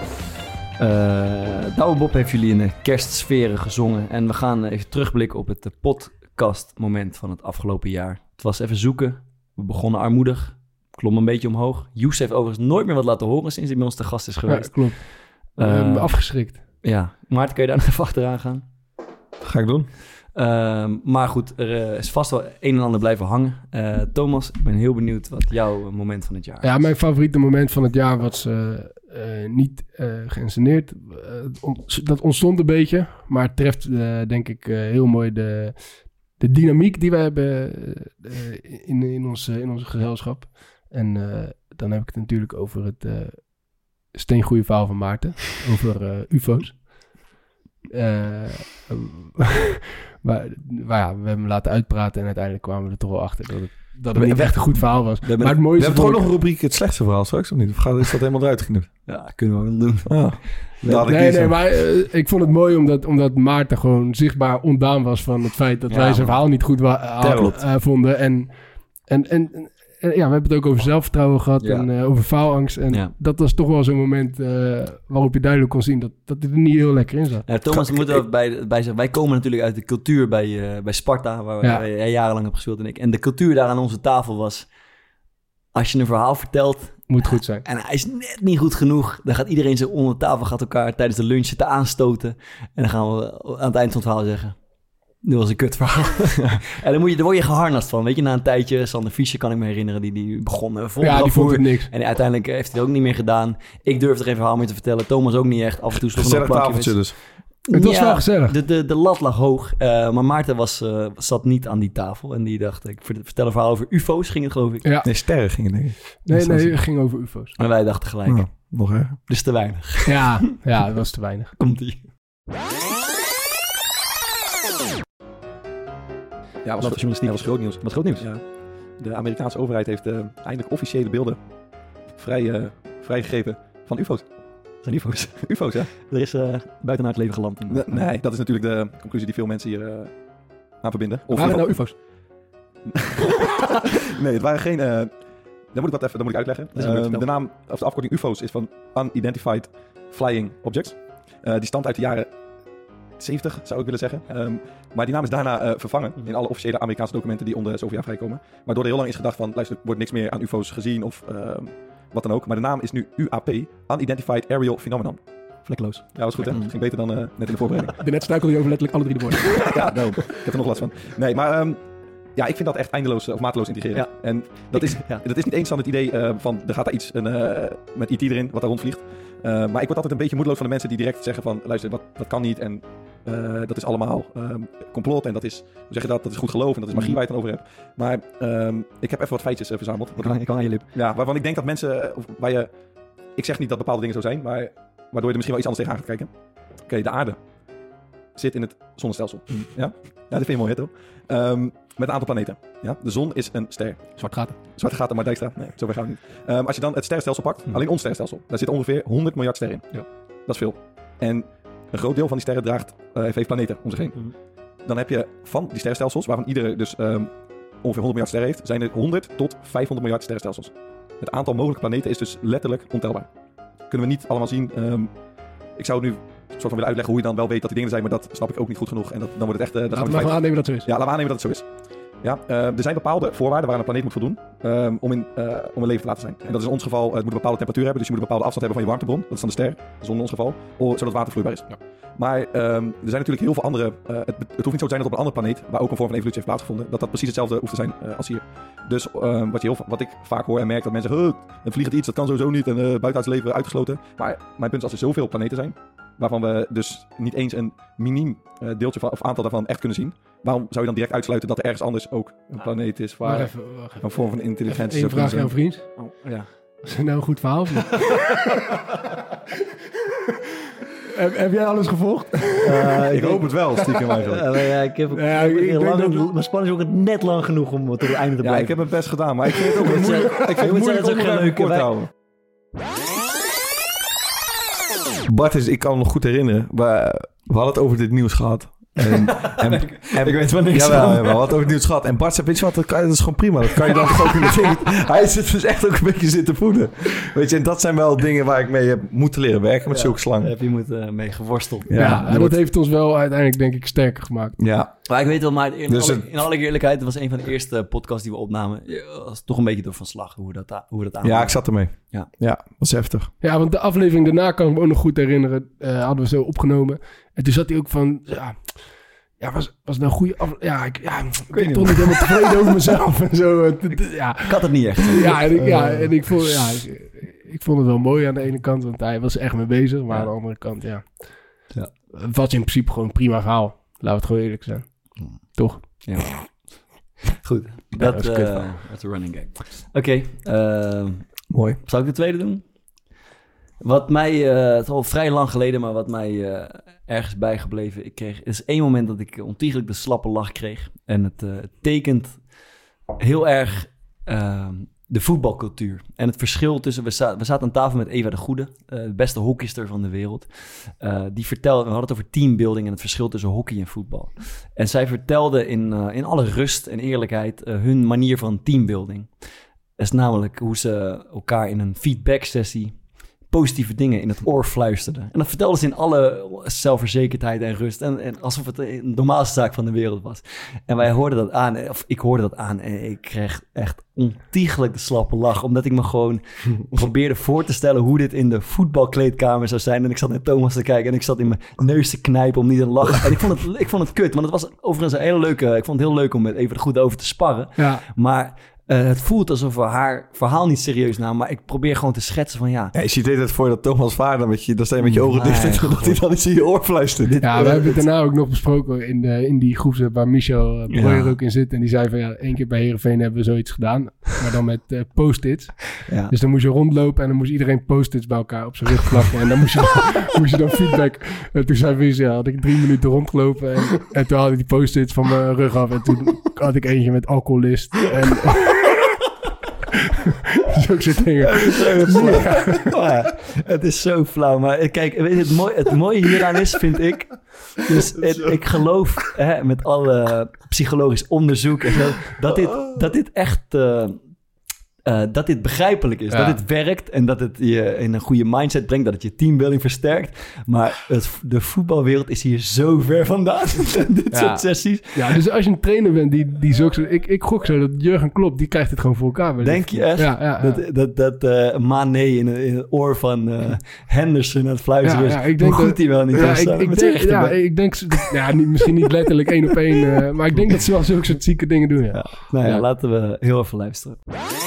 Douwe Bob heeft jullie in de kerstsferen gezongen. En we gaan even terugblikken op het podcastmoment van het afgelopen jaar. Het was even zoeken. We begonnen armoedig. Klom een beetje omhoog. Joes heeft overigens nooit meer wat laten horen sinds hij bij ons te gast is geweest. Ja, klopt. We hebben afgeschrikt. Ja, Maarten, kun je daar nog even achteraan gaan? Ga ik doen. Maar goed, er is vast wel een en ander blijven hangen. Thomas, ik ben heel benieuwd wat jouw moment van het jaar is. Ja, mijn favoriete moment van het jaar was niet geïnsceneerd. Dat ontstond een beetje, maar het treft denk ik heel mooi de dynamiek die we hebben in ons gezelschap. En dan heb ik het natuurlijk over het steengoeie verhaal van Maarten, over UFO's. Maar ja, we hebben hem laten uitpraten en uiteindelijk kwamen we er toch wel achter dat het niet echt een goed verhaal was. Maar het mooiste we hebben toch nog een rubriek het slechtste verhaal straks of niet? Of is dat helemaal eruit geknipt? Ja, kunnen we wel doen. Nee, maar ik vond het mooi omdat Maarten gewoon zichtbaar ontdaan was van het feit dat wij zijn verhaal niet goed vonden. En we hebben het ook over zelfvertrouwen gehad en over faalangst. En dat was toch wel zo'n moment waarop je duidelijk kon zien dat het er niet heel lekker in zat. Ja, Thomas, moet er bij zeggen, wij komen natuurlijk uit de cultuur bij Sparta, waar jij jarenlang hebt gespeeld en ik. En de cultuur daar aan onze tafel was, als je een verhaal vertelt... Moet goed zijn. En hij is net niet goed genoeg. Dan gaat iedereen zo onder de tafel, gaat elkaar tijdens de lunch zitten aanstoten. En dan gaan we aan het eind van het verhaal zeggen... Dit was een kut verhaal. En dan word je geharnast van. Weet je, na een tijdje, Sander Fischer kan ik me herinneren, die begon vol. Ja, die vond het niks. En uiteindelijk heeft hij het ook niet meer gedaan. Ik durfde er geen verhaal meer te vertellen. Thomas ook niet echt. Af en toe sloeg nog een plankje. Tafeltje dus. Het was wel gezellig. De lat lag hoog. Maar Maarten zat niet aan die tafel. En die dacht, ik vertel een verhaal over UFO's, ging het geloof ik. Ja. Nee, sterren gingen denk ik. Nee, het ging over UFO's. En wij dachten gelijk. Nog erger. Dus te weinig. Ja, het was te weinig. Komt-ie. Ja, was journalistiek. Was groot nieuws. Was groot nieuws. Ja. De Amerikaanse overheid heeft eindelijk officiële beelden vrijgegeven van UFO's. Dat zijn UFO's. UFO's, ja. Er is buiten het leven geland. Nee, dat is natuurlijk de conclusie die veel mensen hier aan verbinden. Waren het nou UFO's? Nee, het waren geen... Dat moet ik uitleggen. De naam, of de afkorting UFO's is van Unidentified Flying Objects. Die stamt uit de jaren 70, zou ik willen zeggen. Maar die naam is daarna vervangen in alle officiële Amerikaanse documenten die onder zoveel jaar vrijkomen. Waardoor er heel lang is gedacht van, luister, er wordt niks meer aan UFO's gezien of wat dan ook. Maar de naam is nu UAP, Unidentified Aerial Phenomenon. Vlekkeloos. Ja, was goed hè? Ging beter dan net in de voorbereiding. Net struikelde je over letterlijk alle 3 de woorden. Ja, nou, ik heb er nog last van. Nee, maar ik vind dat echt eindeloos of mateloos integreren. Ja. En dat is niet eens dan het idee van, er gaat daar iets met IT erin, wat daar rondvliegt. Maar ik word altijd een beetje moedeloos van de mensen die direct zeggen van, luister, dat kan niet en dat is allemaal complot en dat is, hoe zeg je dat is goed geloof en dat is magie waar je het dan over hebt. Maar ik heb even wat feitjes verzameld. Ik kan aan je lip. Ja, waarvan ik denk dat mensen, ik zeg niet dat bepaalde dingen zo zijn, maar waardoor je er misschien wel iets anders tegenaan gaat kijken. Oké, de aarde zit in het zonnestelsel. Ja, dat vind je mooi, hè, toch? Met een aantal planeten. Ja? De zon is een ster. Zwarte gaten, maar Dijkstra. Nee, zover gaan we niet. Als je dan het sterrenstelsel pakt, alleen ons sterrenstelsel, daar zitten ongeveer 100 miljard sterren in. Ja. Dat is veel. En een groot deel van die sterren heeft planeten om zich heen. Dan heb je van die sterrenstelsels, waarvan iedere dus ongeveer 100 miljard sterren heeft, zijn er 100 tot 500 miljard sterrenstelsels. Het aantal mogelijke planeten is dus letterlijk ontelbaar. Kunnen we niet allemaal zien. Ik zou het nu soort van willen uitleggen hoe je dan wel weet dat die dingen zijn, maar dat snap ik ook niet goed genoeg. En dan wordt het echt... Laten we aannemen dat het zo is. Ja, laten we aannemen dat het zo is. Ja, er zijn bepaalde voorwaarden waar een planeet moet voldoen om een leven te laten zijn. En dat is in ons geval, het moet een bepaalde temperatuur hebben, dus je moet een bepaalde afstand hebben van je warmtebron. Dat is dan de ster, de zon in ons geval, zodat water vloeibaar is. Ja. Maar er zijn natuurlijk heel veel andere... het hoeft niet zo te zijn dat op een andere planeet, waar ook een vorm van evolutie heeft plaatsgevonden, dat precies hetzelfde hoeft te zijn als hier. Dus wat ik vaak hoor en merk, dat mensen zeggen, dan vliegt iets, dat kan sowieso niet, en buitenaards leven uitgesloten. Maar mijn punt is, als er zoveel planeten zijn, waarvan we dus niet eens een miniem deeltje van, of aantal daarvan echt kunnen zien, waarom zou je dan direct uitsluiten dat er ergens anders ook een planeet is waar wacht even. Een vorm van intelligentie zou kunnen zijn? Eén vraag, jouw vriend. Oh, ja. Is het nou een goed verhaal of niet? Heb jij alles gevolgd? Ik hoop het wel, stiekem eigenlijk. Ik heb mijn spanning is ook net lang genoeg om tot het einde te blijven. Ja, ik heb mijn best gedaan, maar ik vind het ook moeilijk. Ik vind het moeilijk om het kort te houden. Bart, ik kan me nog goed herinneren. We hadden het over dit nieuws gehad. En ik weet wel niks van. We hadden het over het nieuws gehad. En Bart zei, weet je wat, dat is gewoon prima. Dat kan je dan toch ook in de ding. Hij zit dus echt ook een beetje zitten voeden. Weet je, en dat zijn wel dingen waar ik mee heb moeten leren werken met zulke slangen. Daar heb je mee geworsteld. Ja, en dat heeft ons wel uiteindelijk, denk ik, sterker gemaakt. Ja. Maar ik weet wel, maar in alle eerlijkheid, het was een van de eerste podcasts die we opnamen. Was toch een beetje door van slag hoe we dat aan. Ja, ik zat ermee. Ja, dat was heftig. Ja, want de aflevering daarna kan ik me ook nog goed herinneren. Hadden we zo opgenomen. En toen zat hij ook van... Ja, was het nou een goede aflevering? Ik ben toch niet helemaal tevreden over mezelf en zo. Ja. Ik had het niet echt. En ik vond het wel mooi aan de ene kant, want hij was echt mee bezig. Maar aan de andere kant, het was in principe gewoon een prima verhaal. Laten we het gewoon eerlijk zijn. Toch? Ja. Goed. Dat is een running gag. Oké. Mooi. Zal ik de tweede doen? Wat mij, het is al vrij lang geleden, maar wat mij ergens bijgebleven. Het is één moment dat ik ontiegelijk de slappe lach kreeg. En het tekent heel erg de voetbalcultuur. En het verschil tussen... We zaten aan tafel met Eva de Goede, de beste hockeyster van de wereld. Die vertelde, we hadden het over teambuilding en het verschil tussen hockey en voetbal. En zij vertelde in alle rust en eerlijkheid hun manier van teambuilding. is namelijk hoe ze elkaar in een feedback-sessie positieve dingen in het oor fluisterden. En dat vertelden ze in alle zelfverzekerdheid en rust. En alsof het de normaalste zaak van de wereld was. En wij hoorden dat aan, of ik hoorde dat aan. En ik kreeg echt ontiegelijk de slappe lach. Omdat ik me gewoon probeerde voor te stellen hoe dit in de voetbalkleedkamer zou zijn. En ik zat naar Thomas te kijken en ik zat in mijn neus te knijpen om niet te lachen. En ik vond het kut, want het was overigens een hele leuke... Ik vond het heel leuk om met even goed over te sparren. Ja. Maar... het voelt alsof we haar verhaal niet serieus namen, maar ik probeer gewoon te schetsen van ja. Je ziet het voor dat Thomas vaar, dan sta je met je ogen dicht en dat hij dan iets in je oor fluistert. Ja, we hebben het daarna ook nog besproken in die groep waar Michel Breuer ook in zit. En die zei van 1 keer bij Heerenveen hebben we zoiets gedaan, maar dan met post-its. Ja. Dus dan moest je rondlopen en dan moest iedereen post-its bij elkaar op zijn rug plakken. En dan moest je dan feedback. En toen zei Michel, had ik 3 minuten rondgelopen en toen had ik die post-its van mijn rug af. En toen had ik eentje met alcoholist en... Zulke soort dingen. Het is zo flauw. Maar kijk, het mooie hieraan is, vind ik... Dus ik geloof met alle psychologisch onderzoek en zo... dat dit echt... dat dit begrijpelijk is. Ja. Dat dit werkt en dat het je in een goede mindset brengt. Dat het je teambuilding versterkt. Maar de voetbalwereld is hier zo ver vandaan. Dit soort sessies. Ja, dus als je een trainer bent die zo... Ik gok zo dat Jurgen Klopp, die krijgt het gewoon voor elkaar. Denk je echt? Ja. Dat Mané in het oor van Henderson aan het fluisteren is. Ja, ik denk hoe goed hij wel niet is. Ik denk... misschien niet letterlijk 1 op 1. Maar ik denk dat ze wel zulke soort zieke dingen doen. Ja. Laten we heel even luisteren.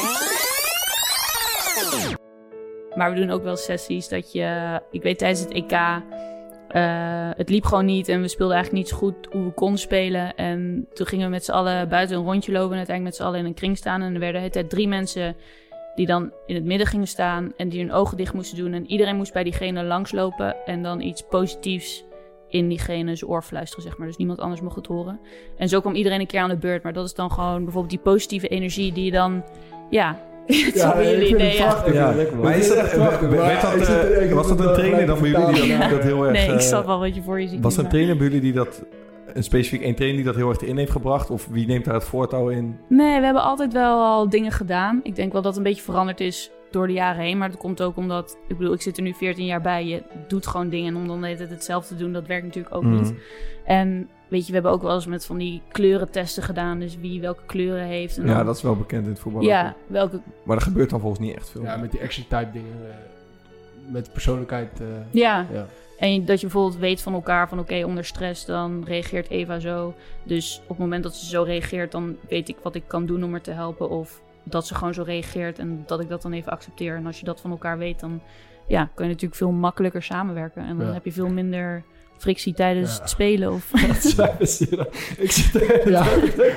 Maar we doen ook wel sessies dat je... Ik weet tijdens het EK... het liep gewoon niet en we speelden eigenlijk niet zo goed hoe we konden spelen. En toen gingen we met z'n allen buiten een rondje lopen... en uiteindelijk met z'n allen in een kring staan. En er werden de hele tijd 3 mensen die dan in het midden gingen staan... en die hun ogen dicht moesten doen. En iedereen moest bij diegene langslopen... en dan iets positiefs in diegene zijn oor fluisteren, zeg maar. Dus niemand anders mocht het horen. En zo kwam iedereen een keer aan de beurt. Maar dat is dan gewoon bijvoorbeeld die positieve energie die je dan... jullie idee. Maar is dat, was dat een trainer dan bij jullie die dat heel erg... Nee, ik snap wel wat je voor je ziet. Was er een trainer bij jullie die dat... Een specifiek een trainer die dat heel erg erin heeft gebracht? Of wie neemt daar het voortouw in? Nee, we hebben altijd wel al dingen gedaan. Ik denk wel dat het een beetje veranderd is door de jaren heen. Maar dat komt ook omdat... Ik zit er nu 14 jaar bij. Je doet gewoon dingen. En om dan hetzelfde te doen, dat werkt natuurlijk ook niet. En... Weet je, we hebben ook wel eens met van die kleurentesten gedaan. Dus wie welke kleuren heeft. En dan... dat is wel bekend in het voetbal. Ja, welke... Maar er gebeurt dan volgens niet echt veel. Ja, met die action type dingen. Met persoonlijkheid. Ja. En dat je bijvoorbeeld weet van elkaar van oké, onder stress dan reageert Eva zo. Dus op het moment dat ze zo reageert, dan weet ik wat ik kan doen om haar te helpen. Of dat ze gewoon zo reageert en dat ik dat dan even accepteer. En als je dat van elkaar weet, dan kan je natuurlijk veel makkelijker samenwerken. En dan heb je veel minder... frictie tijdens het spelen of... Ik zit er... Ja.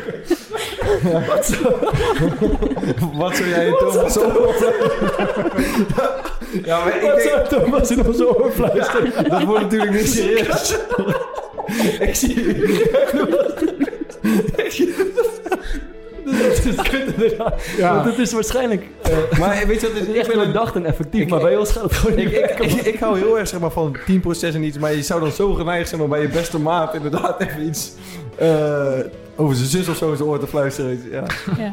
Wat zou jij Thomas Ja, maar ik denk... Thomas in onze oor fluisteren? Dat wordt natuurlijk niet serieus. Ik zie... Dat is kut inderdaad. Ja. Want het is waarschijnlijk... maar weet je wat, het is echt doordacht en effectief, maar bij ons gaat het gewoon niet. Ik hou heel erg van teamproces en iets, maar je zou dan zo geneigd zijn om bij je beste maat inderdaad even iets over zijn zus of zo in zijn oor te fluisteren. Ja.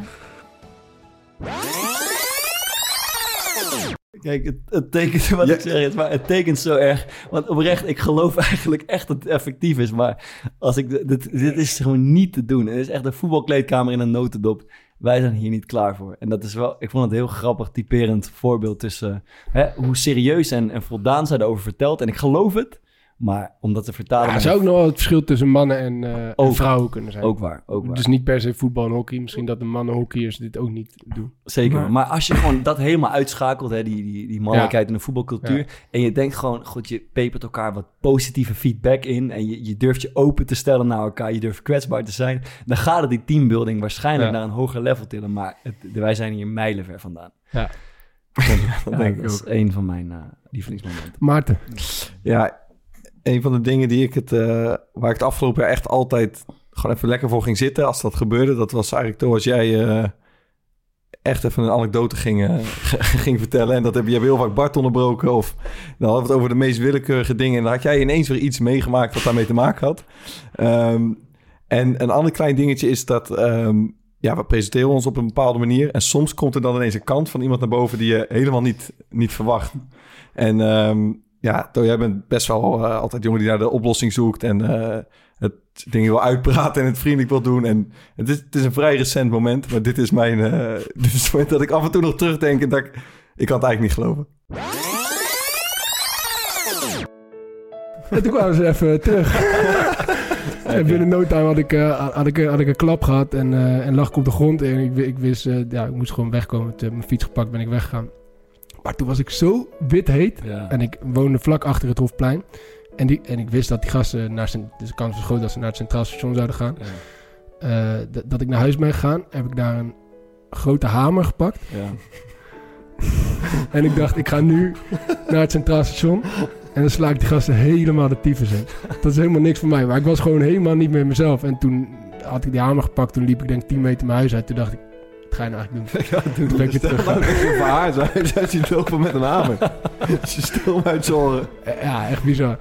Kijk, het tekent wat ik zeg, maar het tekent zo erg. Want oprecht, ik geloof eigenlijk echt dat het effectief is. Maar als ik dit is gewoon niet te doen. Het is echt een voetbalkleedkamer in een notendop. Wij zijn hier niet klaar voor. En dat is wel, ik vond het een heel grappig, typerend voorbeeld tussen hoe serieus en voldaan zij erover vertelt. En ik geloof het. Maar omdat de vertaling... Er zou ook nog wel het verschil tussen mannen en vrouwen kunnen zijn. Ook waar. Dus niet per se voetbal en hockey. Misschien dat de mannenhockeyers dit ook niet doen. Zeker. Maar als je gewoon dat helemaal uitschakelt, die mannelijkheid in de voetbalcultuur. Ja. En je denkt gewoon, goed, je pepert elkaar wat positieve feedback in. En je durft je open te stellen naar elkaar. Je durft kwetsbaar te zijn. Dan gaat het die teambuilding waarschijnlijk naar een hoger level tillen. Maar wij zijn hier mijlenver vandaan. Ja. Dat denk ik ook. Dat is een van mijn lievelingsmomenten. Maarten. Ja, een van de dingen die waar ik het afgelopen jaar echt altijd gewoon even lekker voor ging zitten als dat gebeurde, dat was eigenlijk toen als jij echt even een anekdote ging vertellen. En dat heb je heel vaak Bart onderbroken of dan hadden we het over de meest willekeurige dingen. En dan had jij ineens weer iets meegemaakt wat daarmee te maken had. En een ander klein dingetje is dat we presenteren ons op een bepaalde manier. En soms komt er dan ineens een kant van iemand naar boven die je helemaal niet verwacht. En jij bent best wel altijd jongen die naar de oplossing zoekt en het dingen wil uitpraten en het vriendelijk wil doen. En het is een vrij recent moment, maar dit is het moment dat ik af en toe nog terugdenk en dat ik kan het eigenlijk niet geloven. En toen kwamen ze even terug. En binnen no time had ik een klap gehad en lag ik op de grond. En ik wist, ik moest gewoon wegkomen. Met mijn fiets gepakt ben ik weggegaan. Maar toen was ik zo wit heet. Ja. En ik woonde vlak achter het Hofplein. En ik wist dat die gasten dus de kans was groot dat ze naar het Centraal Station zouden gaan. Ja. Dat ik naar huis ben gegaan, heb ik daar een grote hamer gepakt. Ja. En ik dacht, ik ga nu naar het Centraal Station. En dan sla ik die gasten helemaal de tyfus in. Dat is helemaal niks voor mij. Maar ik was gewoon helemaal niet meer mezelf. En toen had ik die hamer gepakt. Toen liep ik denk 10 meter mijn huis uit. Toen dacht ik, wat ga je nou eigenlijk doen? Ja, toen ben ik weer terug. Voor haar zij ziet lopen met een hamer. Ze stil uit zijn oren. Ja, echt bizar.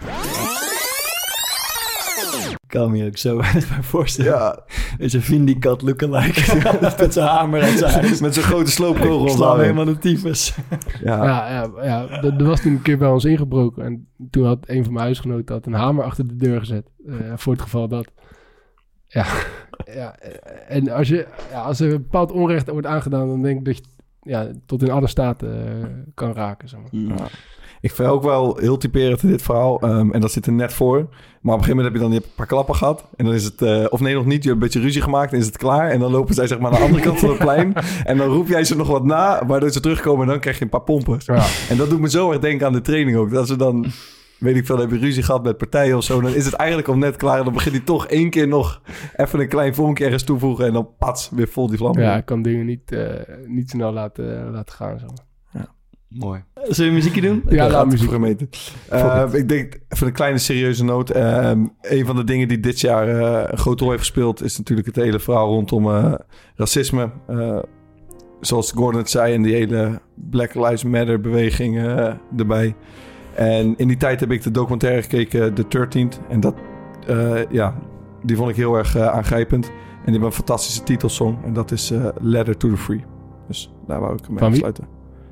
Ik kan me ook zo bij voorstellen. Ja. Is een Vindicat lookalike. Met zijn hamer uit zijn huis. Met zijn grote sloopkogel. Slaan helemaal de tyfus. Ja, er was toen een keer bij ons ingebroken. En toen had een van mijn huisgenoten een hamer achter de deur gezet. Voor het geval dat. Ja. En als er een bepaald onrecht wordt aangedaan, dan denk ik dat je tot in alle staten kan raken. Zeg maar. Ja. Ik vind ook wel heel typerend in dit verhaal. En dat zit er net voor. Maar op een gegeven moment heb je dan een paar klappen gehad. En dan is het... of nee, nog niet. Je hebt een beetje ruzie gemaakt en is het klaar. En dan lopen zij zeg maar aan de andere kant van het plein. En dan roep jij ze nog wat na. Waardoor ze terugkomen en dan krijg je een paar pompen. Ja. En dat doet me zo erg denken aan de training ook. Dat ze dan... Weet ik veel, heb je ruzie gehad met partijen of zo. Dan is het eigenlijk al net klaar. En dan begint hij toch 1 keer nog even een klein vonkje ergens toevoegen. En dan pats, weer vol die vlam. Ja, ik kan dingen niet snel laten gaan. Zo. Ja. Mooi. Zullen we muziekje doen? Ja, laat muziek. Ik denk, even een kleine serieuze noot. Een van de dingen die dit jaar een grote rol heeft gespeeld... is natuurlijk het hele verhaal rondom racisme. Zoals Gordon het zei, en die hele Black Lives Matter beweging erbij. En in die tijd heb ik de documentaire gekeken, The 13th. En dat, die vond ik heel erg aangrijpend. En die hebben een fantastische titelsong. En dat is Letter to the Free. Dus daar wou ik mee afsluiten.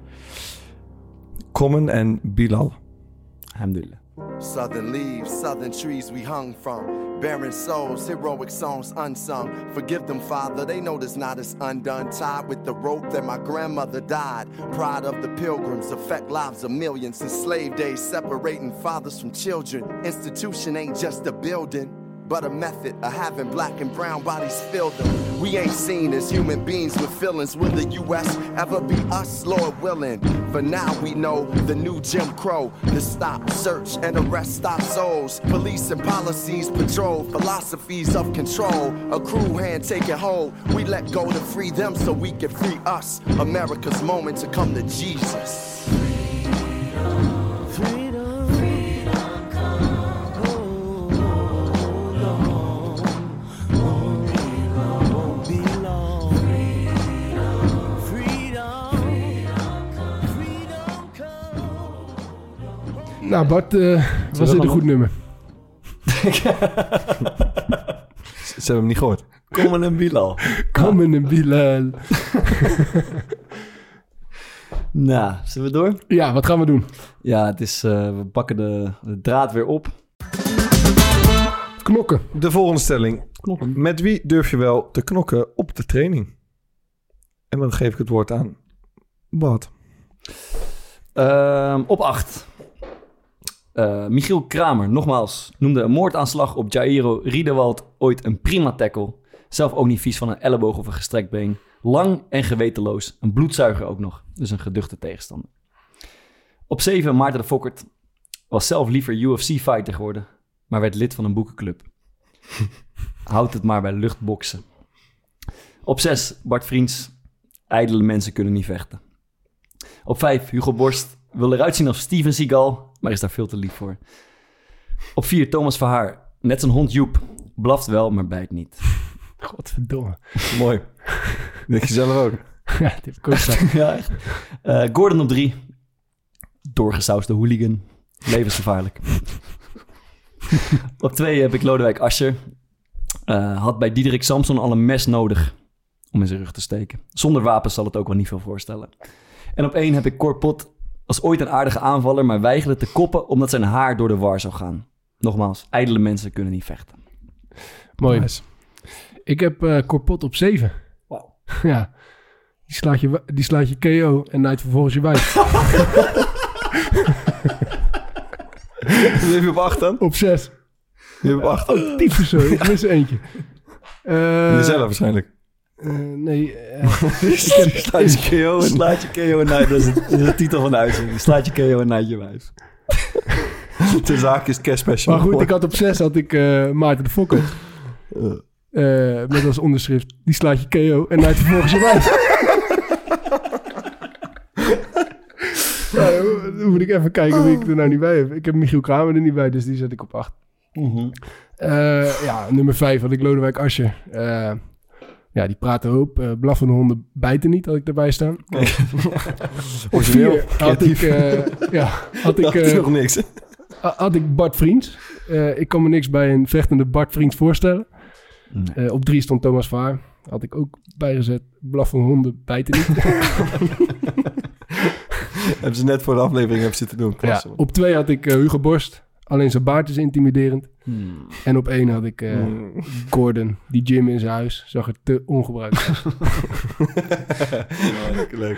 Common en Bilal. Alhamdulillah. Southern leaves, southern trees we hung from. Barren souls, heroic songs unsung. Forgive them, Father, they know this knot is undone. Tied with the rope that my grandmother died. Pride of the pilgrims, affect lives of millions. In slave days, separating fathers from children. Institution ain't just a building, but a method of having black and brown bodies fill them. We ain't seen as human beings with feelings. Will the U.S. ever be us, Lord willing? For now we know the new Jim Crow. The stop, search, and arrest stop souls. Police and policies patrol philosophies of control. A crew hand taking hold. We let go to free them so we can free us. America's moment to come to Jesus. Nou Bart, was dit een goed nummer? Ze hebben hem niet gehoord. Common en Bilal. Common en Bilal. Nou, zullen we door? Ja, wat gaan we doen? Ja, het is, we pakken de draad weer op. Knokken. De volgende stelling. Knokken. Met wie durf je wel te knokken op de training? En dan geef ik het woord aan Bart. Op 8. Michiel Kramer, nogmaals, noemde een moordaanslag op Jairo Riedewald ooit een prima tackle. Zelf ook niet vies van een elleboog of een gestrekt been. Lang en gewetenloos. Een bloedzuiger ook nog. Dus een geduchte tegenstander. Op 7, Maarten de Fokkert. Was zelf liever UFC-fighter geworden, maar werd lid van een boekenclub. Houd het maar bij luchtboksen. Op 6, Bart Vriends. Ijdele mensen kunnen niet vechten. Op 5, Hugo Borst. Wil eruit zien als Steven Seagal, maar is daar veel te lief voor. Op 4, Thomas Verhaar. Net zijn hond Joep. Blaft wel, maar bijt niet. Godverdomme. Mooi. Denk je zelf ook? Ja, dit heb ik ook gezegd. Ja, echt. Gordon op 3. Doorgesauste hooligan. Levensgevaarlijk. Op 2 heb ik Lodewijk Asscher. Had bij Diederik Samson al een mes nodig om in zijn rug te steken. Zonder wapens zal het ook wel niet veel voorstellen. En op 1 heb ik Cor Pot als ooit een aardige aanvaller, maar weigerde te koppen omdat zijn haar door de war zou gaan. Nogmaals, ijdele mensen kunnen niet vechten. Mooi. Nice. Ik heb Cor Pot op 7. Wauw. Ja. Die slaat je KO en naait vervolgens je wijf. Wie heb je op 8 dan? Op 6. Wie heb je op 8? Oh, tyfus zo. Ik mis er eentje. Jezelf waarschijnlijk. Nee. Slaat je KO en naait. Dat is de titel van de uitzending. Slaat je KO en naait je wijf. De zaak is cash special. Maar goed, ik had op 6 Maarten de Fokker. Met als onderschrift, die slaat je KO en naait vervolgens je wijf. Dan moet ik even kijken wie ik er nou niet bij heb. Ik heb Michiel Kramer er niet bij, dus die zet ik op 8. Mm-hmm. Nummer 5 had ik Lodewijk Asscher. Die praten hoop. Blaffende honden bijten niet, had ik erbij staan. Op 4 had ik nog niks. Had ik Bart Vriends. Ik kan me niks bij een vechtende Bart Vriends voorstellen. Nee. Op 3 stond Thomas Vaar. Had ik ook bijgezet. Blaffende honden bijten niet. Hebben ze net voor de aflevering zitten doen. Klasse, op 2 had ik Hugo Borst. Alleen zijn baard is intimiderend. En op 1 had ik Gordon. Die gym in zijn huis zag er te ongebruikt uit. Leuk.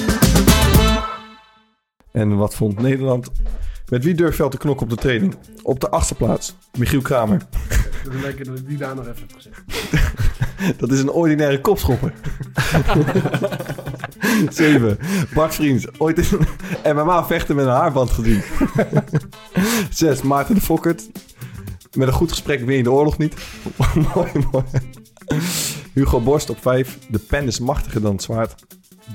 En wat vond Nederland? Met wie durft Veld te knokken op de training? Op de 8e plaats, Michiel Kramer. Dat is lekker dat ik die daar nog even heb gezegd. Dat is een ordinaire kopschopper. 7. Bart Vriends. Ooit in MMA vechten met een haarband gezien. 6. Maarten de Fokkert. Met een goed gesprek win je de oorlog niet. Mooi. Hugo Borst op 5. De pen is machtiger dan het zwaard.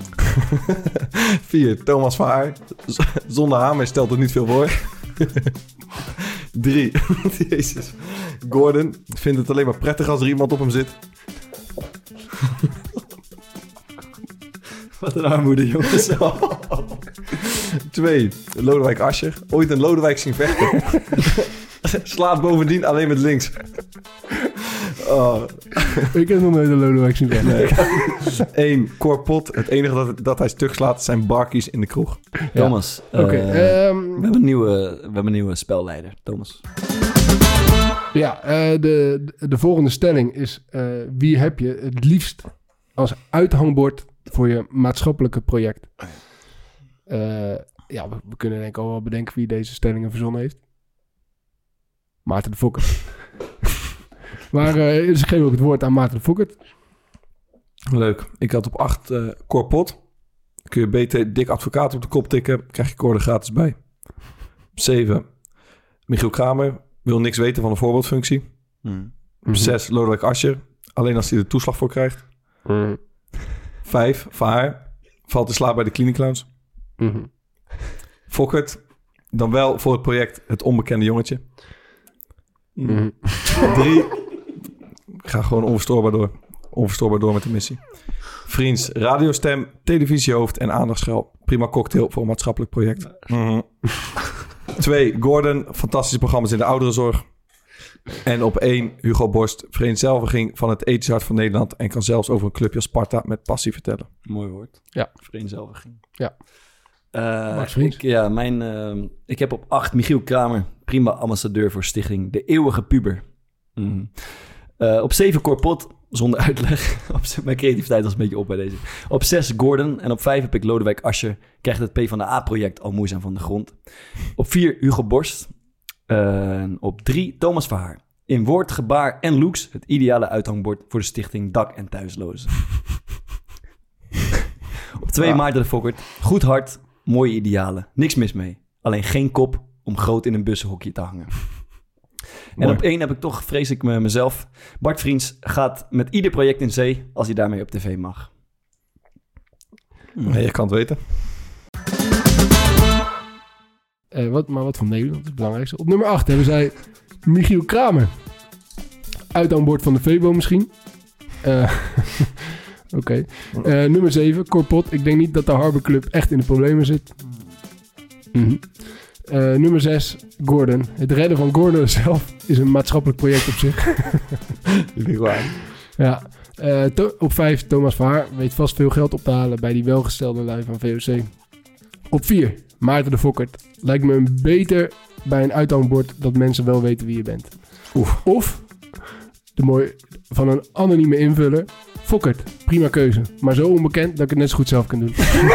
4. Thomas van Haar. Zonder hamer stelt het niet veel voor. 3. Jezus. Gordon vindt het alleen maar prettig als er iemand op hem zit. Wat een armoede, jongens. 2. Lodewijk Asscher. Ooit een Lodewijk zien vechten. Slaat bovendien alleen met links. Oh. Ik heb nog nooit een Lodewijk zien vechten. 1. Cor Pot. Het enige dat hij stuk slaat zijn barkies in de kroeg. Thomas. We hebben een nieuwe spelleider. Thomas. Ja, de volgende stelling is... wie heb je het liefst als uithangbord voor je maatschappelijke project? We kunnen denk ik al wel bedenken wie deze stellingen verzonnen heeft. Maarten de Fokker. Maar dus ik geef ook het woord aan Maarten de Fokker. Leuk. Ik had op 8 Cor Pot. Kun je beter dik advocaat op de kop tikken. Krijg je Cor er gratis bij. 7. Michiel Kramer. Wil niks weten van de voorbeeldfunctie. 6. Lodewijk Asscher. Alleen als hij de toeslag voor krijgt. 5. Vaar. Valt te slaap bij de Kliniekclowns. Fokkert. Dan wel voor het project Het Onbekende Jongetje. 3. Ga gewoon onverstoorbaar door met de missie. Vriends, radiostem, televisiehoofd en aandachtsgel. Prima cocktail voor een maatschappelijk project. 2. Gordon, fantastische programma's in de ouderenzorg. En op 1. Hugo Borst, vereenzelviging van het ethisch hart van Nederland en kan zelfs over een clubje als Sparta met passie vertellen. Mooi woord. Ja. Vereenzelviging. Ja. Ik heb op 8 Michiel Kramer, prima ambassadeur voor stichting De Eeuwige Puber. Op 7 Cor Pot, zonder uitleg. Mijn creativiteit was een beetje op bij deze. Op 6 Gordon en op 5 heb ik Lodewijk Asscher. Krijgt het PvdA-project al moeizaam van de grond. Op 4 Hugo Borst. Op 3 Thomas Verhaar. In woord, gebaar en looks het ideale uithangbord voor de stichting Dak- en Thuislozen. Op 2 Maarten de Fokkert. Goed hart, mooie idealen. Niks mis mee. Alleen geen kop om groot in een bussenhokje te hangen. En op 1 heb ik toch, vrees ik mezelf... Bart Vriends gaat met ieder project in zee als hij daarmee op tv mag. Je kan het weten. Wat van Nederland is het belangrijkste. Op nummer 8 hebben zij Michiel Kramer. Uit aan boord van de Febo misschien. Oké. Nummer 7, Cor Pot. Ik denk niet dat de Harbor Club echt in de problemen zit. Nummer 6, Gordon. Het redden van Gordon zelf is een maatschappelijk project op zich. Dat vind ik waar. Ja. Op 5, Thomas Verhaar weet vast veel geld op te halen bij die welgestelde lui van VOC. Op 4, Maarten de Fokkert. Lijkt me een beter bij een uithangbord dat mensen wel weten wie je bent. Of, de mooie van een anonieme invuller, Fokkert. Prima keuze. Maar zo onbekend dat ik het net zo goed zelf kan doen.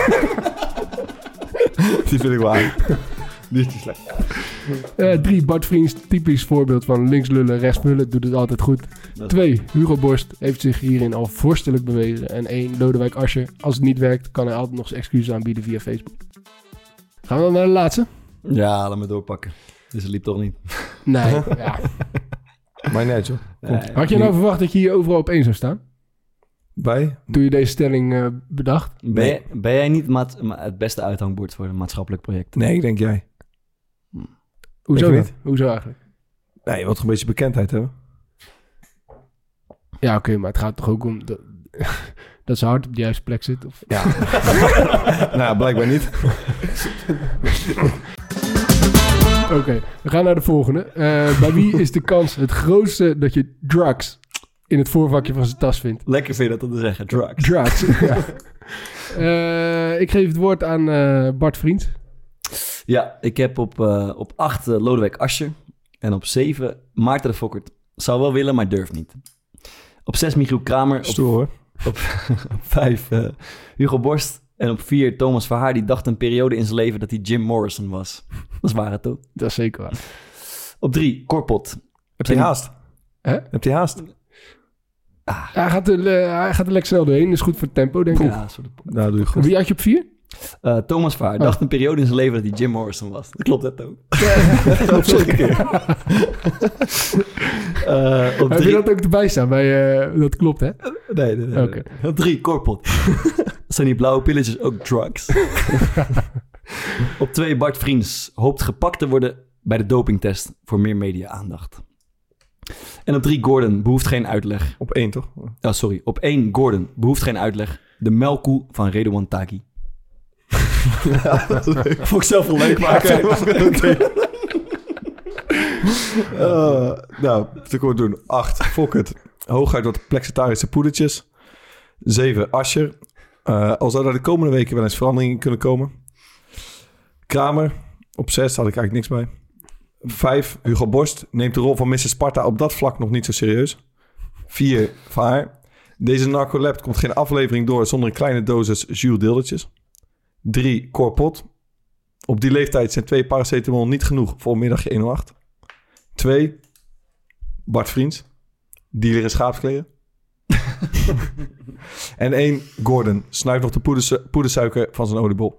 Die vind ik wel aan. Die is niet slecht. 3, Bart Vriends. Typisch voorbeeld van links lullen, rechts vullen. Doet het altijd goed. 2, Hugo Borst heeft zich hierin al vorstelijk bewezen. En 1, Lodewijk Asscher. Als het niet werkt, kan hij altijd nog zijn excuses aanbieden via Facebook. Gaan we dan naar de laatste? Ja, laat me doorpakken. Dus het liep toch niet. Nee, ja. Maar net, joh. Had je nou verwacht dat je hier overal op 1 zou staan? Toen je deze stelling bedacht? Ben jij niet het beste uithangbord voor een maatschappelijk project? Nee, ik denk jij. Hoezo niet? niet? Hoezo eigenlijk? Nee, je wilt toch een beetje bekendheid hebben? Ja, oké, maar het gaat toch ook om dat ze hard op de juiste plek zit? Of? Ja. Nou, blijkbaar niet. Oké, we gaan naar de volgende. Bij wie is de kans het grootste dat je drugs in het voorvakje van zijn tas vindt? Lekker vind je dat om te zeggen, drugs. Drugs, ja. Ik geef het woord aan Bart Vriends. Ja, ik heb op 8 Lodewijk Asscher. En op 7 Maarten de Fokkert. Zou wel willen, maar durft niet. Op 6 Michiel Kramer. Stoer. Op 5 Hugo Borst. En op 4 Thomas Verhaar. Die dacht een periode in zijn leven dat hij Jim Morrison was. Dat is waar het toch? Dat is zeker waar. Op 3 Korpot. Heb je haast? Hè? Heb je haast? Hij gaat er lekker snel doorheen. Dat is goed voor het tempo, denk ik. Ja, nou, doe je goed. Wie had je op 4? Thomas Verhaar dacht een periode in zijn leven dat hij Jim Morrison was. Dat klopt net ook. Op zeker. Heb je dat ook erbij staan? Dat klopt, hè? Nee. Okay. Op 3 Korpot. Zijn die blauwe pilletjes ook drugs? Op 2 Bart Vriends hoopt gepakt te worden bij de dopingtest voor meer media-aandacht. En op 3 Gordon behoeft geen uitleg. Op 1 toch? Oh, sorry. Op 1 Gordon behoeft geen uitleg. De melkkoe van Redouan Taghi. Ja, dat is leuk. Vond ik zelf wel leuk maken. Okay. Nou, dat kunnen we doen. 8 Fokkert. Hooguit wat plexitarische poedertjes. 7 Asscher. Al zou daar de komende weken wel eens veranderingen kunnen komen. Kramer. Op 6 had ik eigenlijk niks bij. 5 Hugo Borst. Neemt de rol van Mr. Sparta op dat vlak nog niet zo serieus. 4 Verhaar. Deze narcolab komt geen aflevering door zonder een kleine dosis Jules Dildertjes. 3 Korpot. Op die leeftijd zijn 2 paracetamol niet genoeg voor een middagje 108. 2 Bart Vriends. Dealer in schaapskleren. En 1 Gordon. Snuift nog de poedersuiker van zijn oliebol.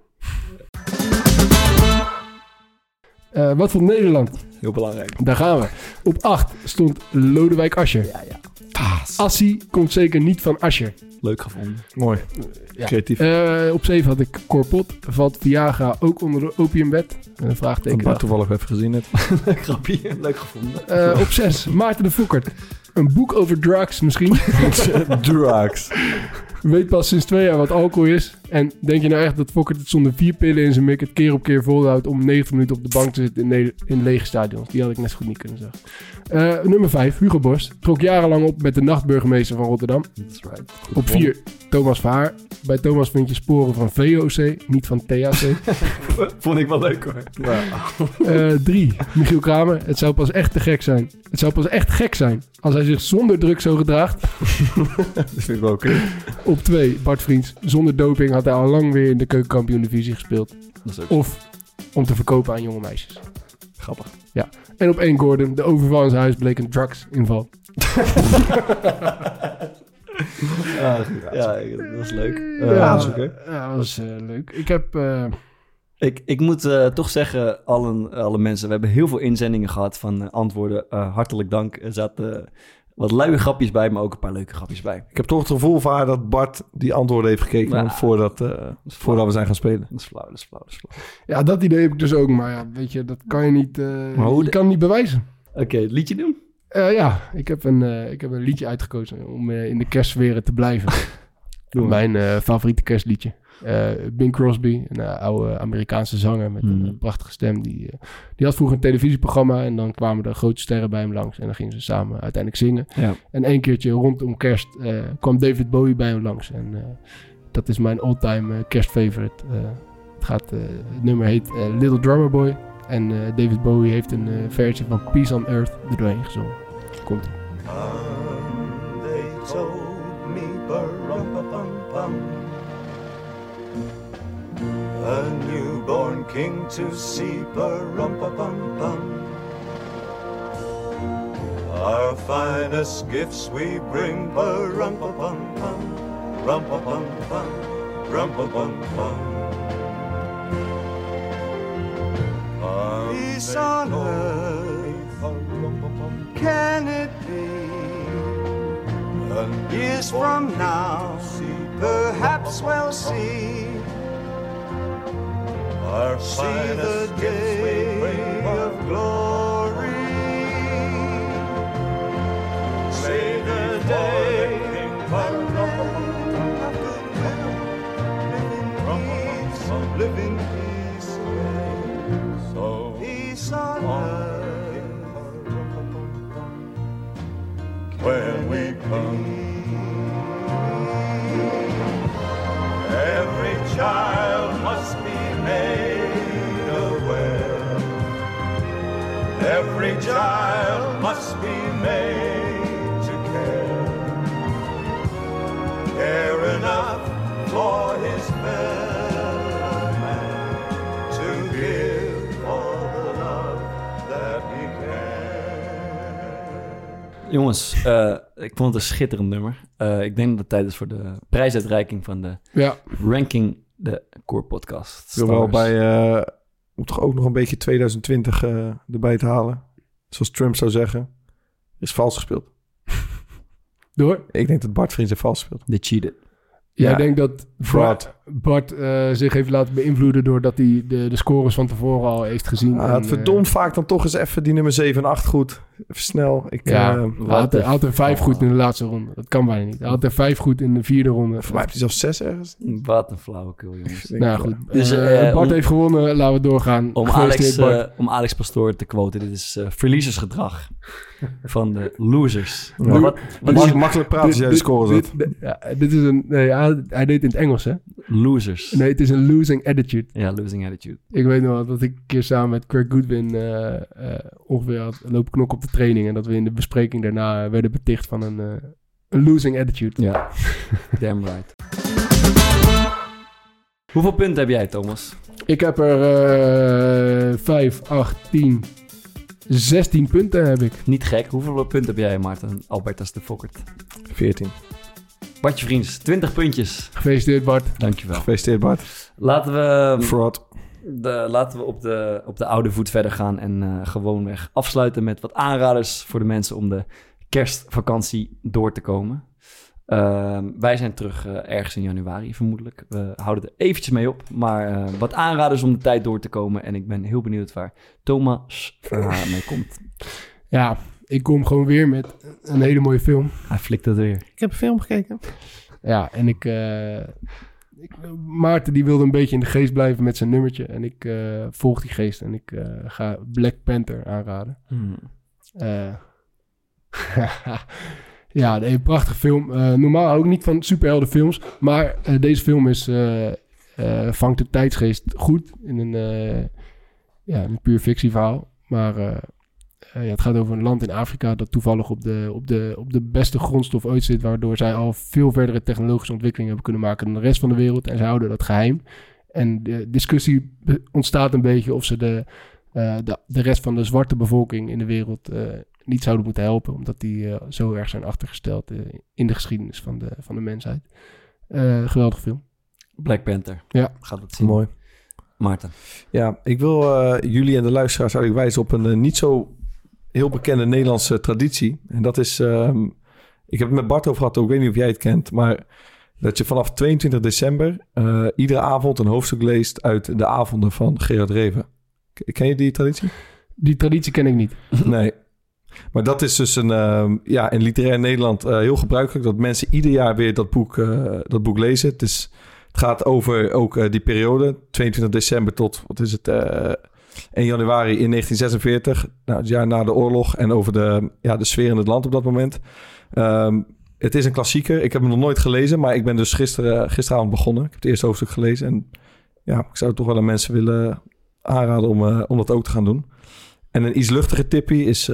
Wat vond Nederland? Heel belangrijk. Daar gaan we. Op 8 stond Lodewijk Asscher. Ja. Assie komt zeker niet van Asscher. Leuk gevonden. Mooi. Creatief. Op 7 had ik Korpot. Valt Viagra ook onder de opiumwet? Een vraagteken. Dat toevallig even gezien net. Leuk grapje. Leuk gevonden. Op 6 Maarten de Fokkert. Een boek over drugs misschien. Drugs. Weet pas sinds 2 jaar wat alcohol is. En denk je nou echt dat Fokkert het zonder 4 pillen in zijn mik het keer op keer volhoudt om 90 minuten op de bank te zitten in lege stadions? Die had ik net zo goed niet kunnen zeggen. Nummer 5, Hugo Borst. Trok jarenlang op met de nachtburgemeester van Rotterdam. That's right. Op 4, Thomas Verhaar. Bij Thomas vind je sporen van VOC, niet van THC. Vond ik wel leuk hoor. 3, Michiel Kramer. Het zou pas echt te gek zijn. Het zou pas echt gek zijn als hij zich zonder drugs zo gedraagt. Dat vind ik wel oké. Op 2, Bart Vriends. Zonder doping had hij al lang weer in de keukenkampioen-divisie gespeeld. Of om te verkopen aan jonge meisjes. Grappig. Ja. En op 1 Gordon. De overval in zijn huis bleek een drugsinval. Ja, dat was leuk. Dat was leuk. Ik heb... Ik moet toch zeggen, alle mensen, we hebben heel veel inzendingen gehad van antwoorden. Hartelijk dank. Er zaten wat luie grapjes bij, maar ook een paar leuke grapjes bij. Ik heb toch het gevoel van haar dat Bart die antwoorden heeft gekeken voordat we zijn gaan spelen. Dat is flauw. Ja, dat idee heb ik dus ook, maar ja, weet je, dat kan je niet, je kan niet bewijzen. Oké, liedje doen? Ja, ik heb een liedje uitgekozen om in de kerstsfeer te blijven. Mijn favoriete kerstliedje. Bing Crosby, een oude Amerikaanse zanger met een prachtige stem. Die had vroeger een televisieprogramma en dan kwamen er grote sterren bij hem langs. En dan gingen ze samen uiteindelijk zingen. Ja. En 1 keertje rondom kerst kwam David Bowie bij hem langs. En dat is mijn all-time kerstfavorite. Het nummer heet Little Drummer Boy. En David Bowie heeft een versie van Peace on Earth er doorheen gezongen. Komt-ie. They told me ba-rum-pa-pum-pum, a newborn king to see, ba-rum-pa-pum-pum. Our finest gifts we bring, ba-rum-pa-pum-pum, rum-pa-pum-pum, rum-pa-pum-pum. Peace on earth, can it be? Years from now, perhaps we'll see the day of glory. See the day of goodwill, live in peace, so peace on earth when we come. Every child must be made aware. Every child must be made to care. Care enough for his fellow man, to give all the love that he can. Jongens, ik vond het een schitterend nummer. Ik denk dat het tijd is voor de prijsuitreiking van de ranking, de Core Podcast. Ik wil wel bij, om toch ook nog een beetje 2020 erbij te halen. Zoals Trump zou zeggen, is vals gespeeld. Door? Ik denk dat Bart Vriends er vals speelt. They cheated. Ja, ik denk dat Bart zich heeft laten beïnvloeden doordat hij de scores van tevoren al heeft gezien. Het verdomd vaak dan toch eens even die nummer 7 en 8 goed. Even snel. Hij had er 5 goed in de laatste ronde. Dat kan bijna niet. Hij had er 5 goed in de 4e ronde. Voor mij heeft hij zelfs 6 ergens. Wat een flauwekul, jongens. Nou goed. Dus, Bart heeft gewonnen. Laten we doorgaan. Om Alex Pastoor te quoten. Dit is verliezersgedrag van de losers. Makkelijk praten als jij de scores had. Dit is een... Nee, hij deed in het Engels, hè? Losers. Nee, het is een losing attitude. Ja, losing attitude. Ik weet nog wel dat ik een keer samen met Craig Goodwin ongeveer had lopen knokken op de training. En dat we in de bespreking daarna werden beticht van een losing attitude. Ja, damn right. Hoeveel punten heb jij, Thomas? Ik heb er 5, 8, 10, 16 punten heb ik. Niet gek. Hoeveel punten heb jij, Maarten? Albertus de Fokkert. 14. Bartje Vriends, 20 puntjes. Gefeliciteerd, Bart. Dankjewel. Gefeliciteerd, Bart. Laten we... Fraud. Laten we op de oude voet verder gaan en gewoonweg afsluiten met wat aanraders voor de mensen om de kerstvakantie door te komen. Wij zijn terug ergens in januari vermoedelijk. We houden er eventjes mee op, maar wat aanraders om de tijd door te komen. En ik ben heel benieuwd waar Thomas verhaal mee komt. Ja, ik kom gewoon weer met een hele mooie film. Hij flikt het weer. Ik heb een film gekeken. Ja, en Maarten die wilde een beetje in de geest blijven met zijn nummertje. En ik volg die geest en ik ga Black Panther aanraden. Ja, een prachtige film. Normaal hou ik niet van superheldenfilms. Maar deze film vangt de tijdsgeest goed in een puur fictieverhaal. Maar het gaat over een land in Afrika dat toevallig op de beste grondstof ooit zit, waardoor zij al veel verdere technologische ontwikkelingen hebben kunnen maken dan de rest van de wereld. En zij houden dat geheim. En de discussie ontstaat een beetje of ze de rest van de zwarte bevolking in de wereld niet zouden moeten helpen, omdat die zo erg zijn achtergesteld in de geschiedenis van de mensheid. Geweldig film. Black Panther. Ja. Gaat het zien. Mooi. Maarten. Ja, ik wil jullie en de luisteraars eigenlijk wijzen op een niet zo heel bekende Nederlandse traditie. En dat is, ik heb het met Bart over gehad, ik weet niet of jij het kent, maar dat je vanaf 22 december iedere avond een hoofdstuk leest uit de avonden van Gerard Reven. Ken je die traditie? Die traditie ken ik niet. Nee. Maar dat is dus in literair Nederland heel gebruikelijk, dat mensen ieder jaar weer dat boek lezen. Het is Het gaat over ook die periode, 22 december tot, 1 januari in 1946. Nou, het jaar na de oorlog en over de sfeer in het land op dat moment. Het is een klassieker. Ik heb hem nog nooit gelezen, maar ik ben dus gisteravond begonnen. Ik heb het eerste hoofdstuk gelezen en ja, ik zou het toch wel aan mensen willen aanraden om dat ook te gaan doen. En een iets luchtige tippie is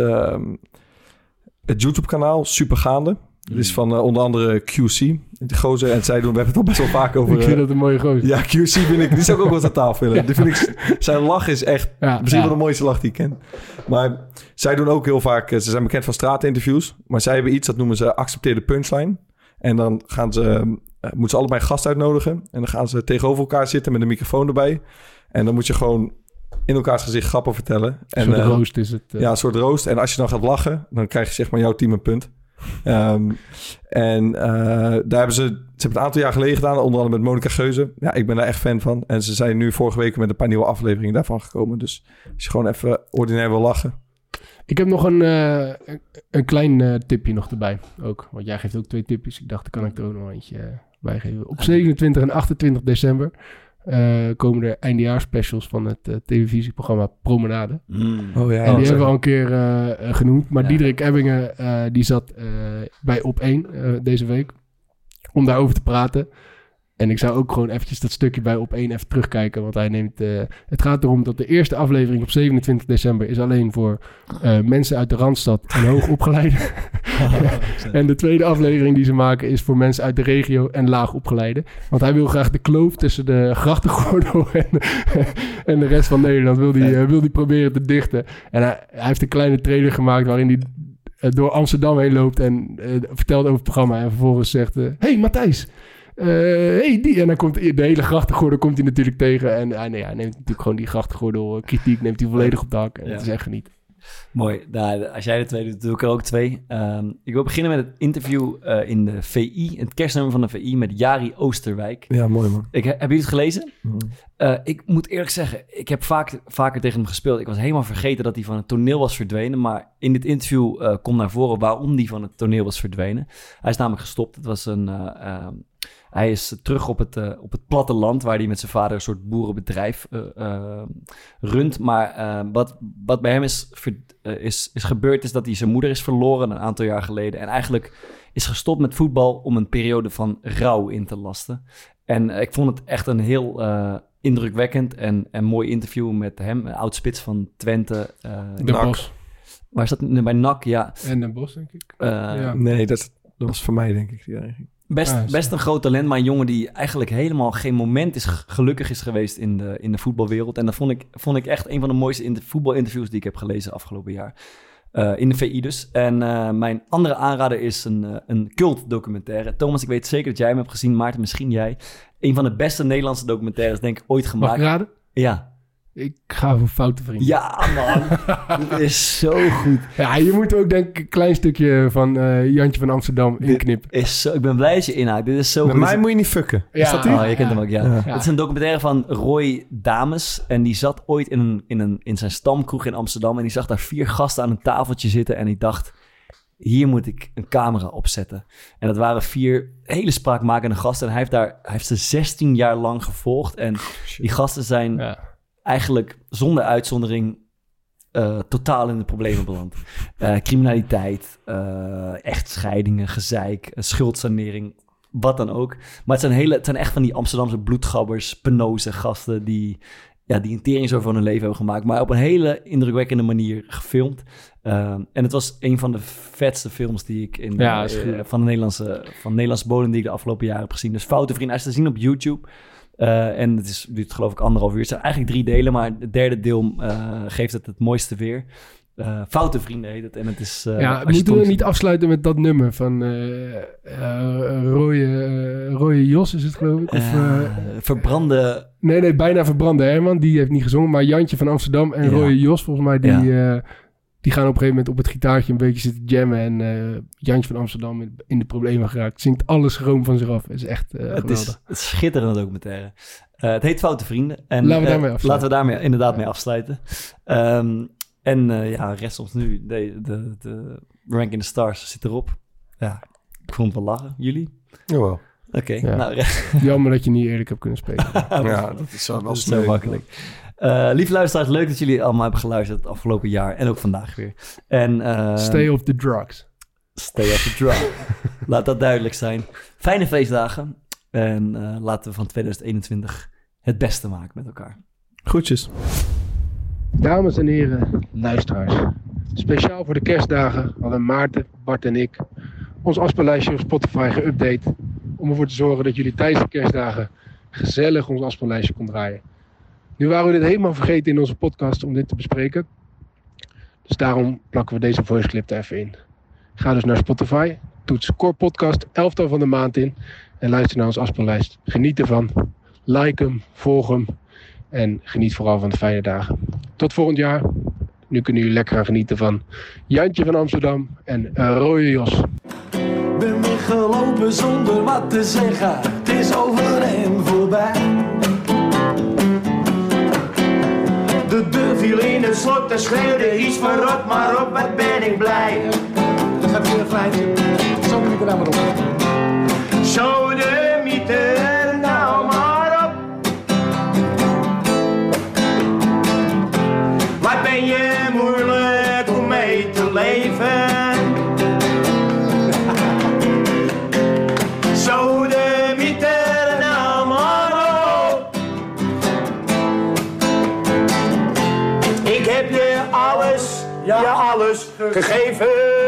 het YouTube-kanaal Supergaande. Het is van onder andere QC, de gozer. En zij doen, we hebben het al best wel vaak over... Ik vind dat een mooie gozer. Ja, QC vind ik, die zou ik ook wel aan tafel willen. Die vind ik, zijn lach is echt misschien wel de mooiste lach die ik ken. Maar zij doen ook heel vaak, ze zijn bekend van straatinterviews. Maar zij hebben iets, dat noemen ze accepteerde punchline. En dan moeten ze allebei een gast uitnodigen. En dan gaan ze tegenover elkaar zitten met een microfoon erbij. En dan moet je gewoon in elkaars gezicht grappen vertellen. Een soort roost is het. Ja, een soort roost. En als je dan gaat lachen, dan krijg je zeg maar jouw team een punt. Daar hebben ze hebben het een aantal jaar geleden gedaan, onder andere met Monica Geuze. Ja, ik ben daar echt fan van. En ze zijn nu vorige week met een paar nieuwe afleveringen daarvan gekomen. Dus als je gewoon even ordinair wil lachen. Ik heb nog een klein tipje nog erbij ook. Want jij geeft ook 2 tipjes. Ik dacht, dan kan ik er ook nog eentje bij geven. Op 27 en 28 december komen er eindejaarsspecials van het televisieprogramma Promenade. Oh ja, en die hebben we al een keer genoemd. Maar Diederik Ebbingen die zat bij Op1 deze week om daarover te praten. En ik zou ook gewoon eventjes dat stukje bij Op1 even terugkijken. Want hij neemt... het gaat erom dat de eerste aflevering op 27 december... is alleen voor mensen uit de Randstad en hoogopgeleiden. En de tweede aflevering die ze maken... is voor mensen uit de regio en laagopgeleiden. Want hij wil graag de kloof tussen de grachtengordel... en de rest van Nederland wil die proberen te dichten. En hij heeft een kleine trailer gemaakt... waarin hij door Amsterdam heen loopt... en vertelt over het programma. En vervolgens zegt... hey, Matthijs... die. En dan komt de hele grachtengordel komt hij natuurlijk tegen. En hij neemt natuurlijk gewoon die grachtengordel kritiek neemt hij volledig op de hak. En het is echt genieten. Mooi. Nou, als jij er 2 doet, doe ik er ook 2. Ik wil beginnen met het interview in de VI, het kerstnummer van de VI met Jari Oosterwijk. Ja, mooi man. Hebben jullie het gelezen? Ik moet eerlijk zeggen, ik heb vaker tegen hem gespeeld. Ik was helemaal vergeten dat hij van het toneel was verdwenen. Maar in dit interview komt naar voren waarom hij van het toneel was verdwenen. Hij is namelijk gestopt. Het was hij is terug op het platteland... waar hij met zijn vader een soort boerenbedrijf runt. Maar wat bij hem is gebeurd... is dat hij zijn moeder is verloren een aantal jaar geleden... en eigenlijk is gestopt met voetbal... om een periode van rouw in te lasten. En ik vond het echt een heel indrukwekkend en mooi interview met hem. Een oud-spits van Twente. Den Bosch. Waar is dat? Bij NAC, ja. En Den Bosch, denk ik. Nee, dat was voor mij, denk ik. Die eigenlijk. Best een groot talent, maar een jongen die eigenlijk helemaal geen moment gelukkig is geweest in de voetbalwereld. En dat vond ik echt een van de mooiste voetbalinterviews die ik heb gelezen afgelopen jaar. In de VI dus. En mijn andere aanrader is een cult-documentaire. Thomas, ik weet zeker dat jij hem hebt gezien. Maarten, misschien jij. Een van de beste Nederlandse documentaires, denk ik, ooit gemaakt. Mag ik raden? Ja. Ik ga voor Foute Vrienden. Ja, man. Dit is zo goed. Ja, je moet ook denk ik een klein stukje van Jantje van Amsterdam inknippen. Ik ben blij dat je inhaakt. Dit is zo goed. Met mij moet je niet fucken. Ja. Is dat die? Oh, je kent hem ook, ja. Het is een documentaire van Roy Dames. En die zat ooit in zijn stamkroeg in Amsterdam. En die zag daar 4 gasten aan een tafeltje zitten. En die dacht, hier moet ik een camera opzetten. En dat waren 4 hele spraakmakende gasten. En hij heeft ze 16 jaar lang gevolgd. En die gasten zijn... eigenlijk zonder uitzondering totaal in de problemen beland. Criminaliteit, echtscheidingen, gezeik, schuldsanering, wat dan ook. Maar het zijn echt van die Amsterdamse bloedgabbers, penose gasten die een tering zo van hun leven hebben gemaakt, maar op een hele indrukwekkende manier gefilmd. En het was een van de vetste films die ik van Nederlandse bodem die ik de afgelopen jaren heb gezien. Dus Foute Vrienden, hij is te zien op YouTube. En het duurt geloof ik 1,5 uur. Het zijn eigenlijk 3 delen, maar het derde deel geeft het mooiste weer. Foute Vrienden heet het. En het is... moeten we niet afsluiten met dat nummer van Rooie Jos is het geloof ik? Of, Verbrande... Nee, bijna Verbrande Herman. Die heeft niet gezongen, maar Jantje van Amsterdam en Rooie Jos volgens mij, die gaan op een gegeven moment op het gitaartje een beetje zitten jammen. En Jantje van Amsterdam in de problemen geraakt. Zingt alles gewoon van zich af. Het is echt geweldig. Het is schitterend documentaire. Het heet Foute Vrienden. En, laten we daarmee inderdaad mee afsluiten. Rest ons nu. De Rank in the Stars zit erop. Ja, ik vond het wel lachen. Jullie? Jawel. Oké. Ja. Nou, jammer dat je niet eerlijk hebt kunnen spelen. Ja, dat is wel zo makkelijk. Lieve luisteraars, leuk dat jullie allemaal hebben geluisterd het afgelopen jaar. En ook vandaag weer. En, Stay off the drugs. Stay off the drugs. Laat dat duidelijk zijn. Fijne feestdagen. En laten we van 2021 het beste maken met elkaar. Groetjes. Dames en heren, luisteraars. Speciaal voor de kerstdagen hadden Maarten, Bart en ik ons afspeellijstje op Spotify geüpdate. Om ervoor te zorgen dat jullie tijdens de kerstdagen gezellig ons afspeellijstje kon draaien. Nu waren we dit helemaal vergeten in onze podcast om dit te bespreken. Dus daarom plakken we deze voice clip er even in. Ga dus naar Spotify, toets Core Podcast 11tal van de maand in en luister naar onze afspeellijst. Geniet ervan, like hem, volg hem en geniet vooral van de fijne dagen. Tot volgend jaar. Nu kunnen jullie lekker gaan genieten van Jantje van Amsterdam en Rode Jos. Ben weggelopen zonder wat te zeggen. Het is over en voorbij. De deur viel in het slot, er schreeuwde iets van rot, maar op wat ben ik blij. Dat gaat weer een fluitje. Zo moet ik er nou maar op. Zo de mieter nou maar op. Wat ben je moeilijk om mee te leven. Zo de mieter nou maar op. Ik heb je alles, ja alles gegeven.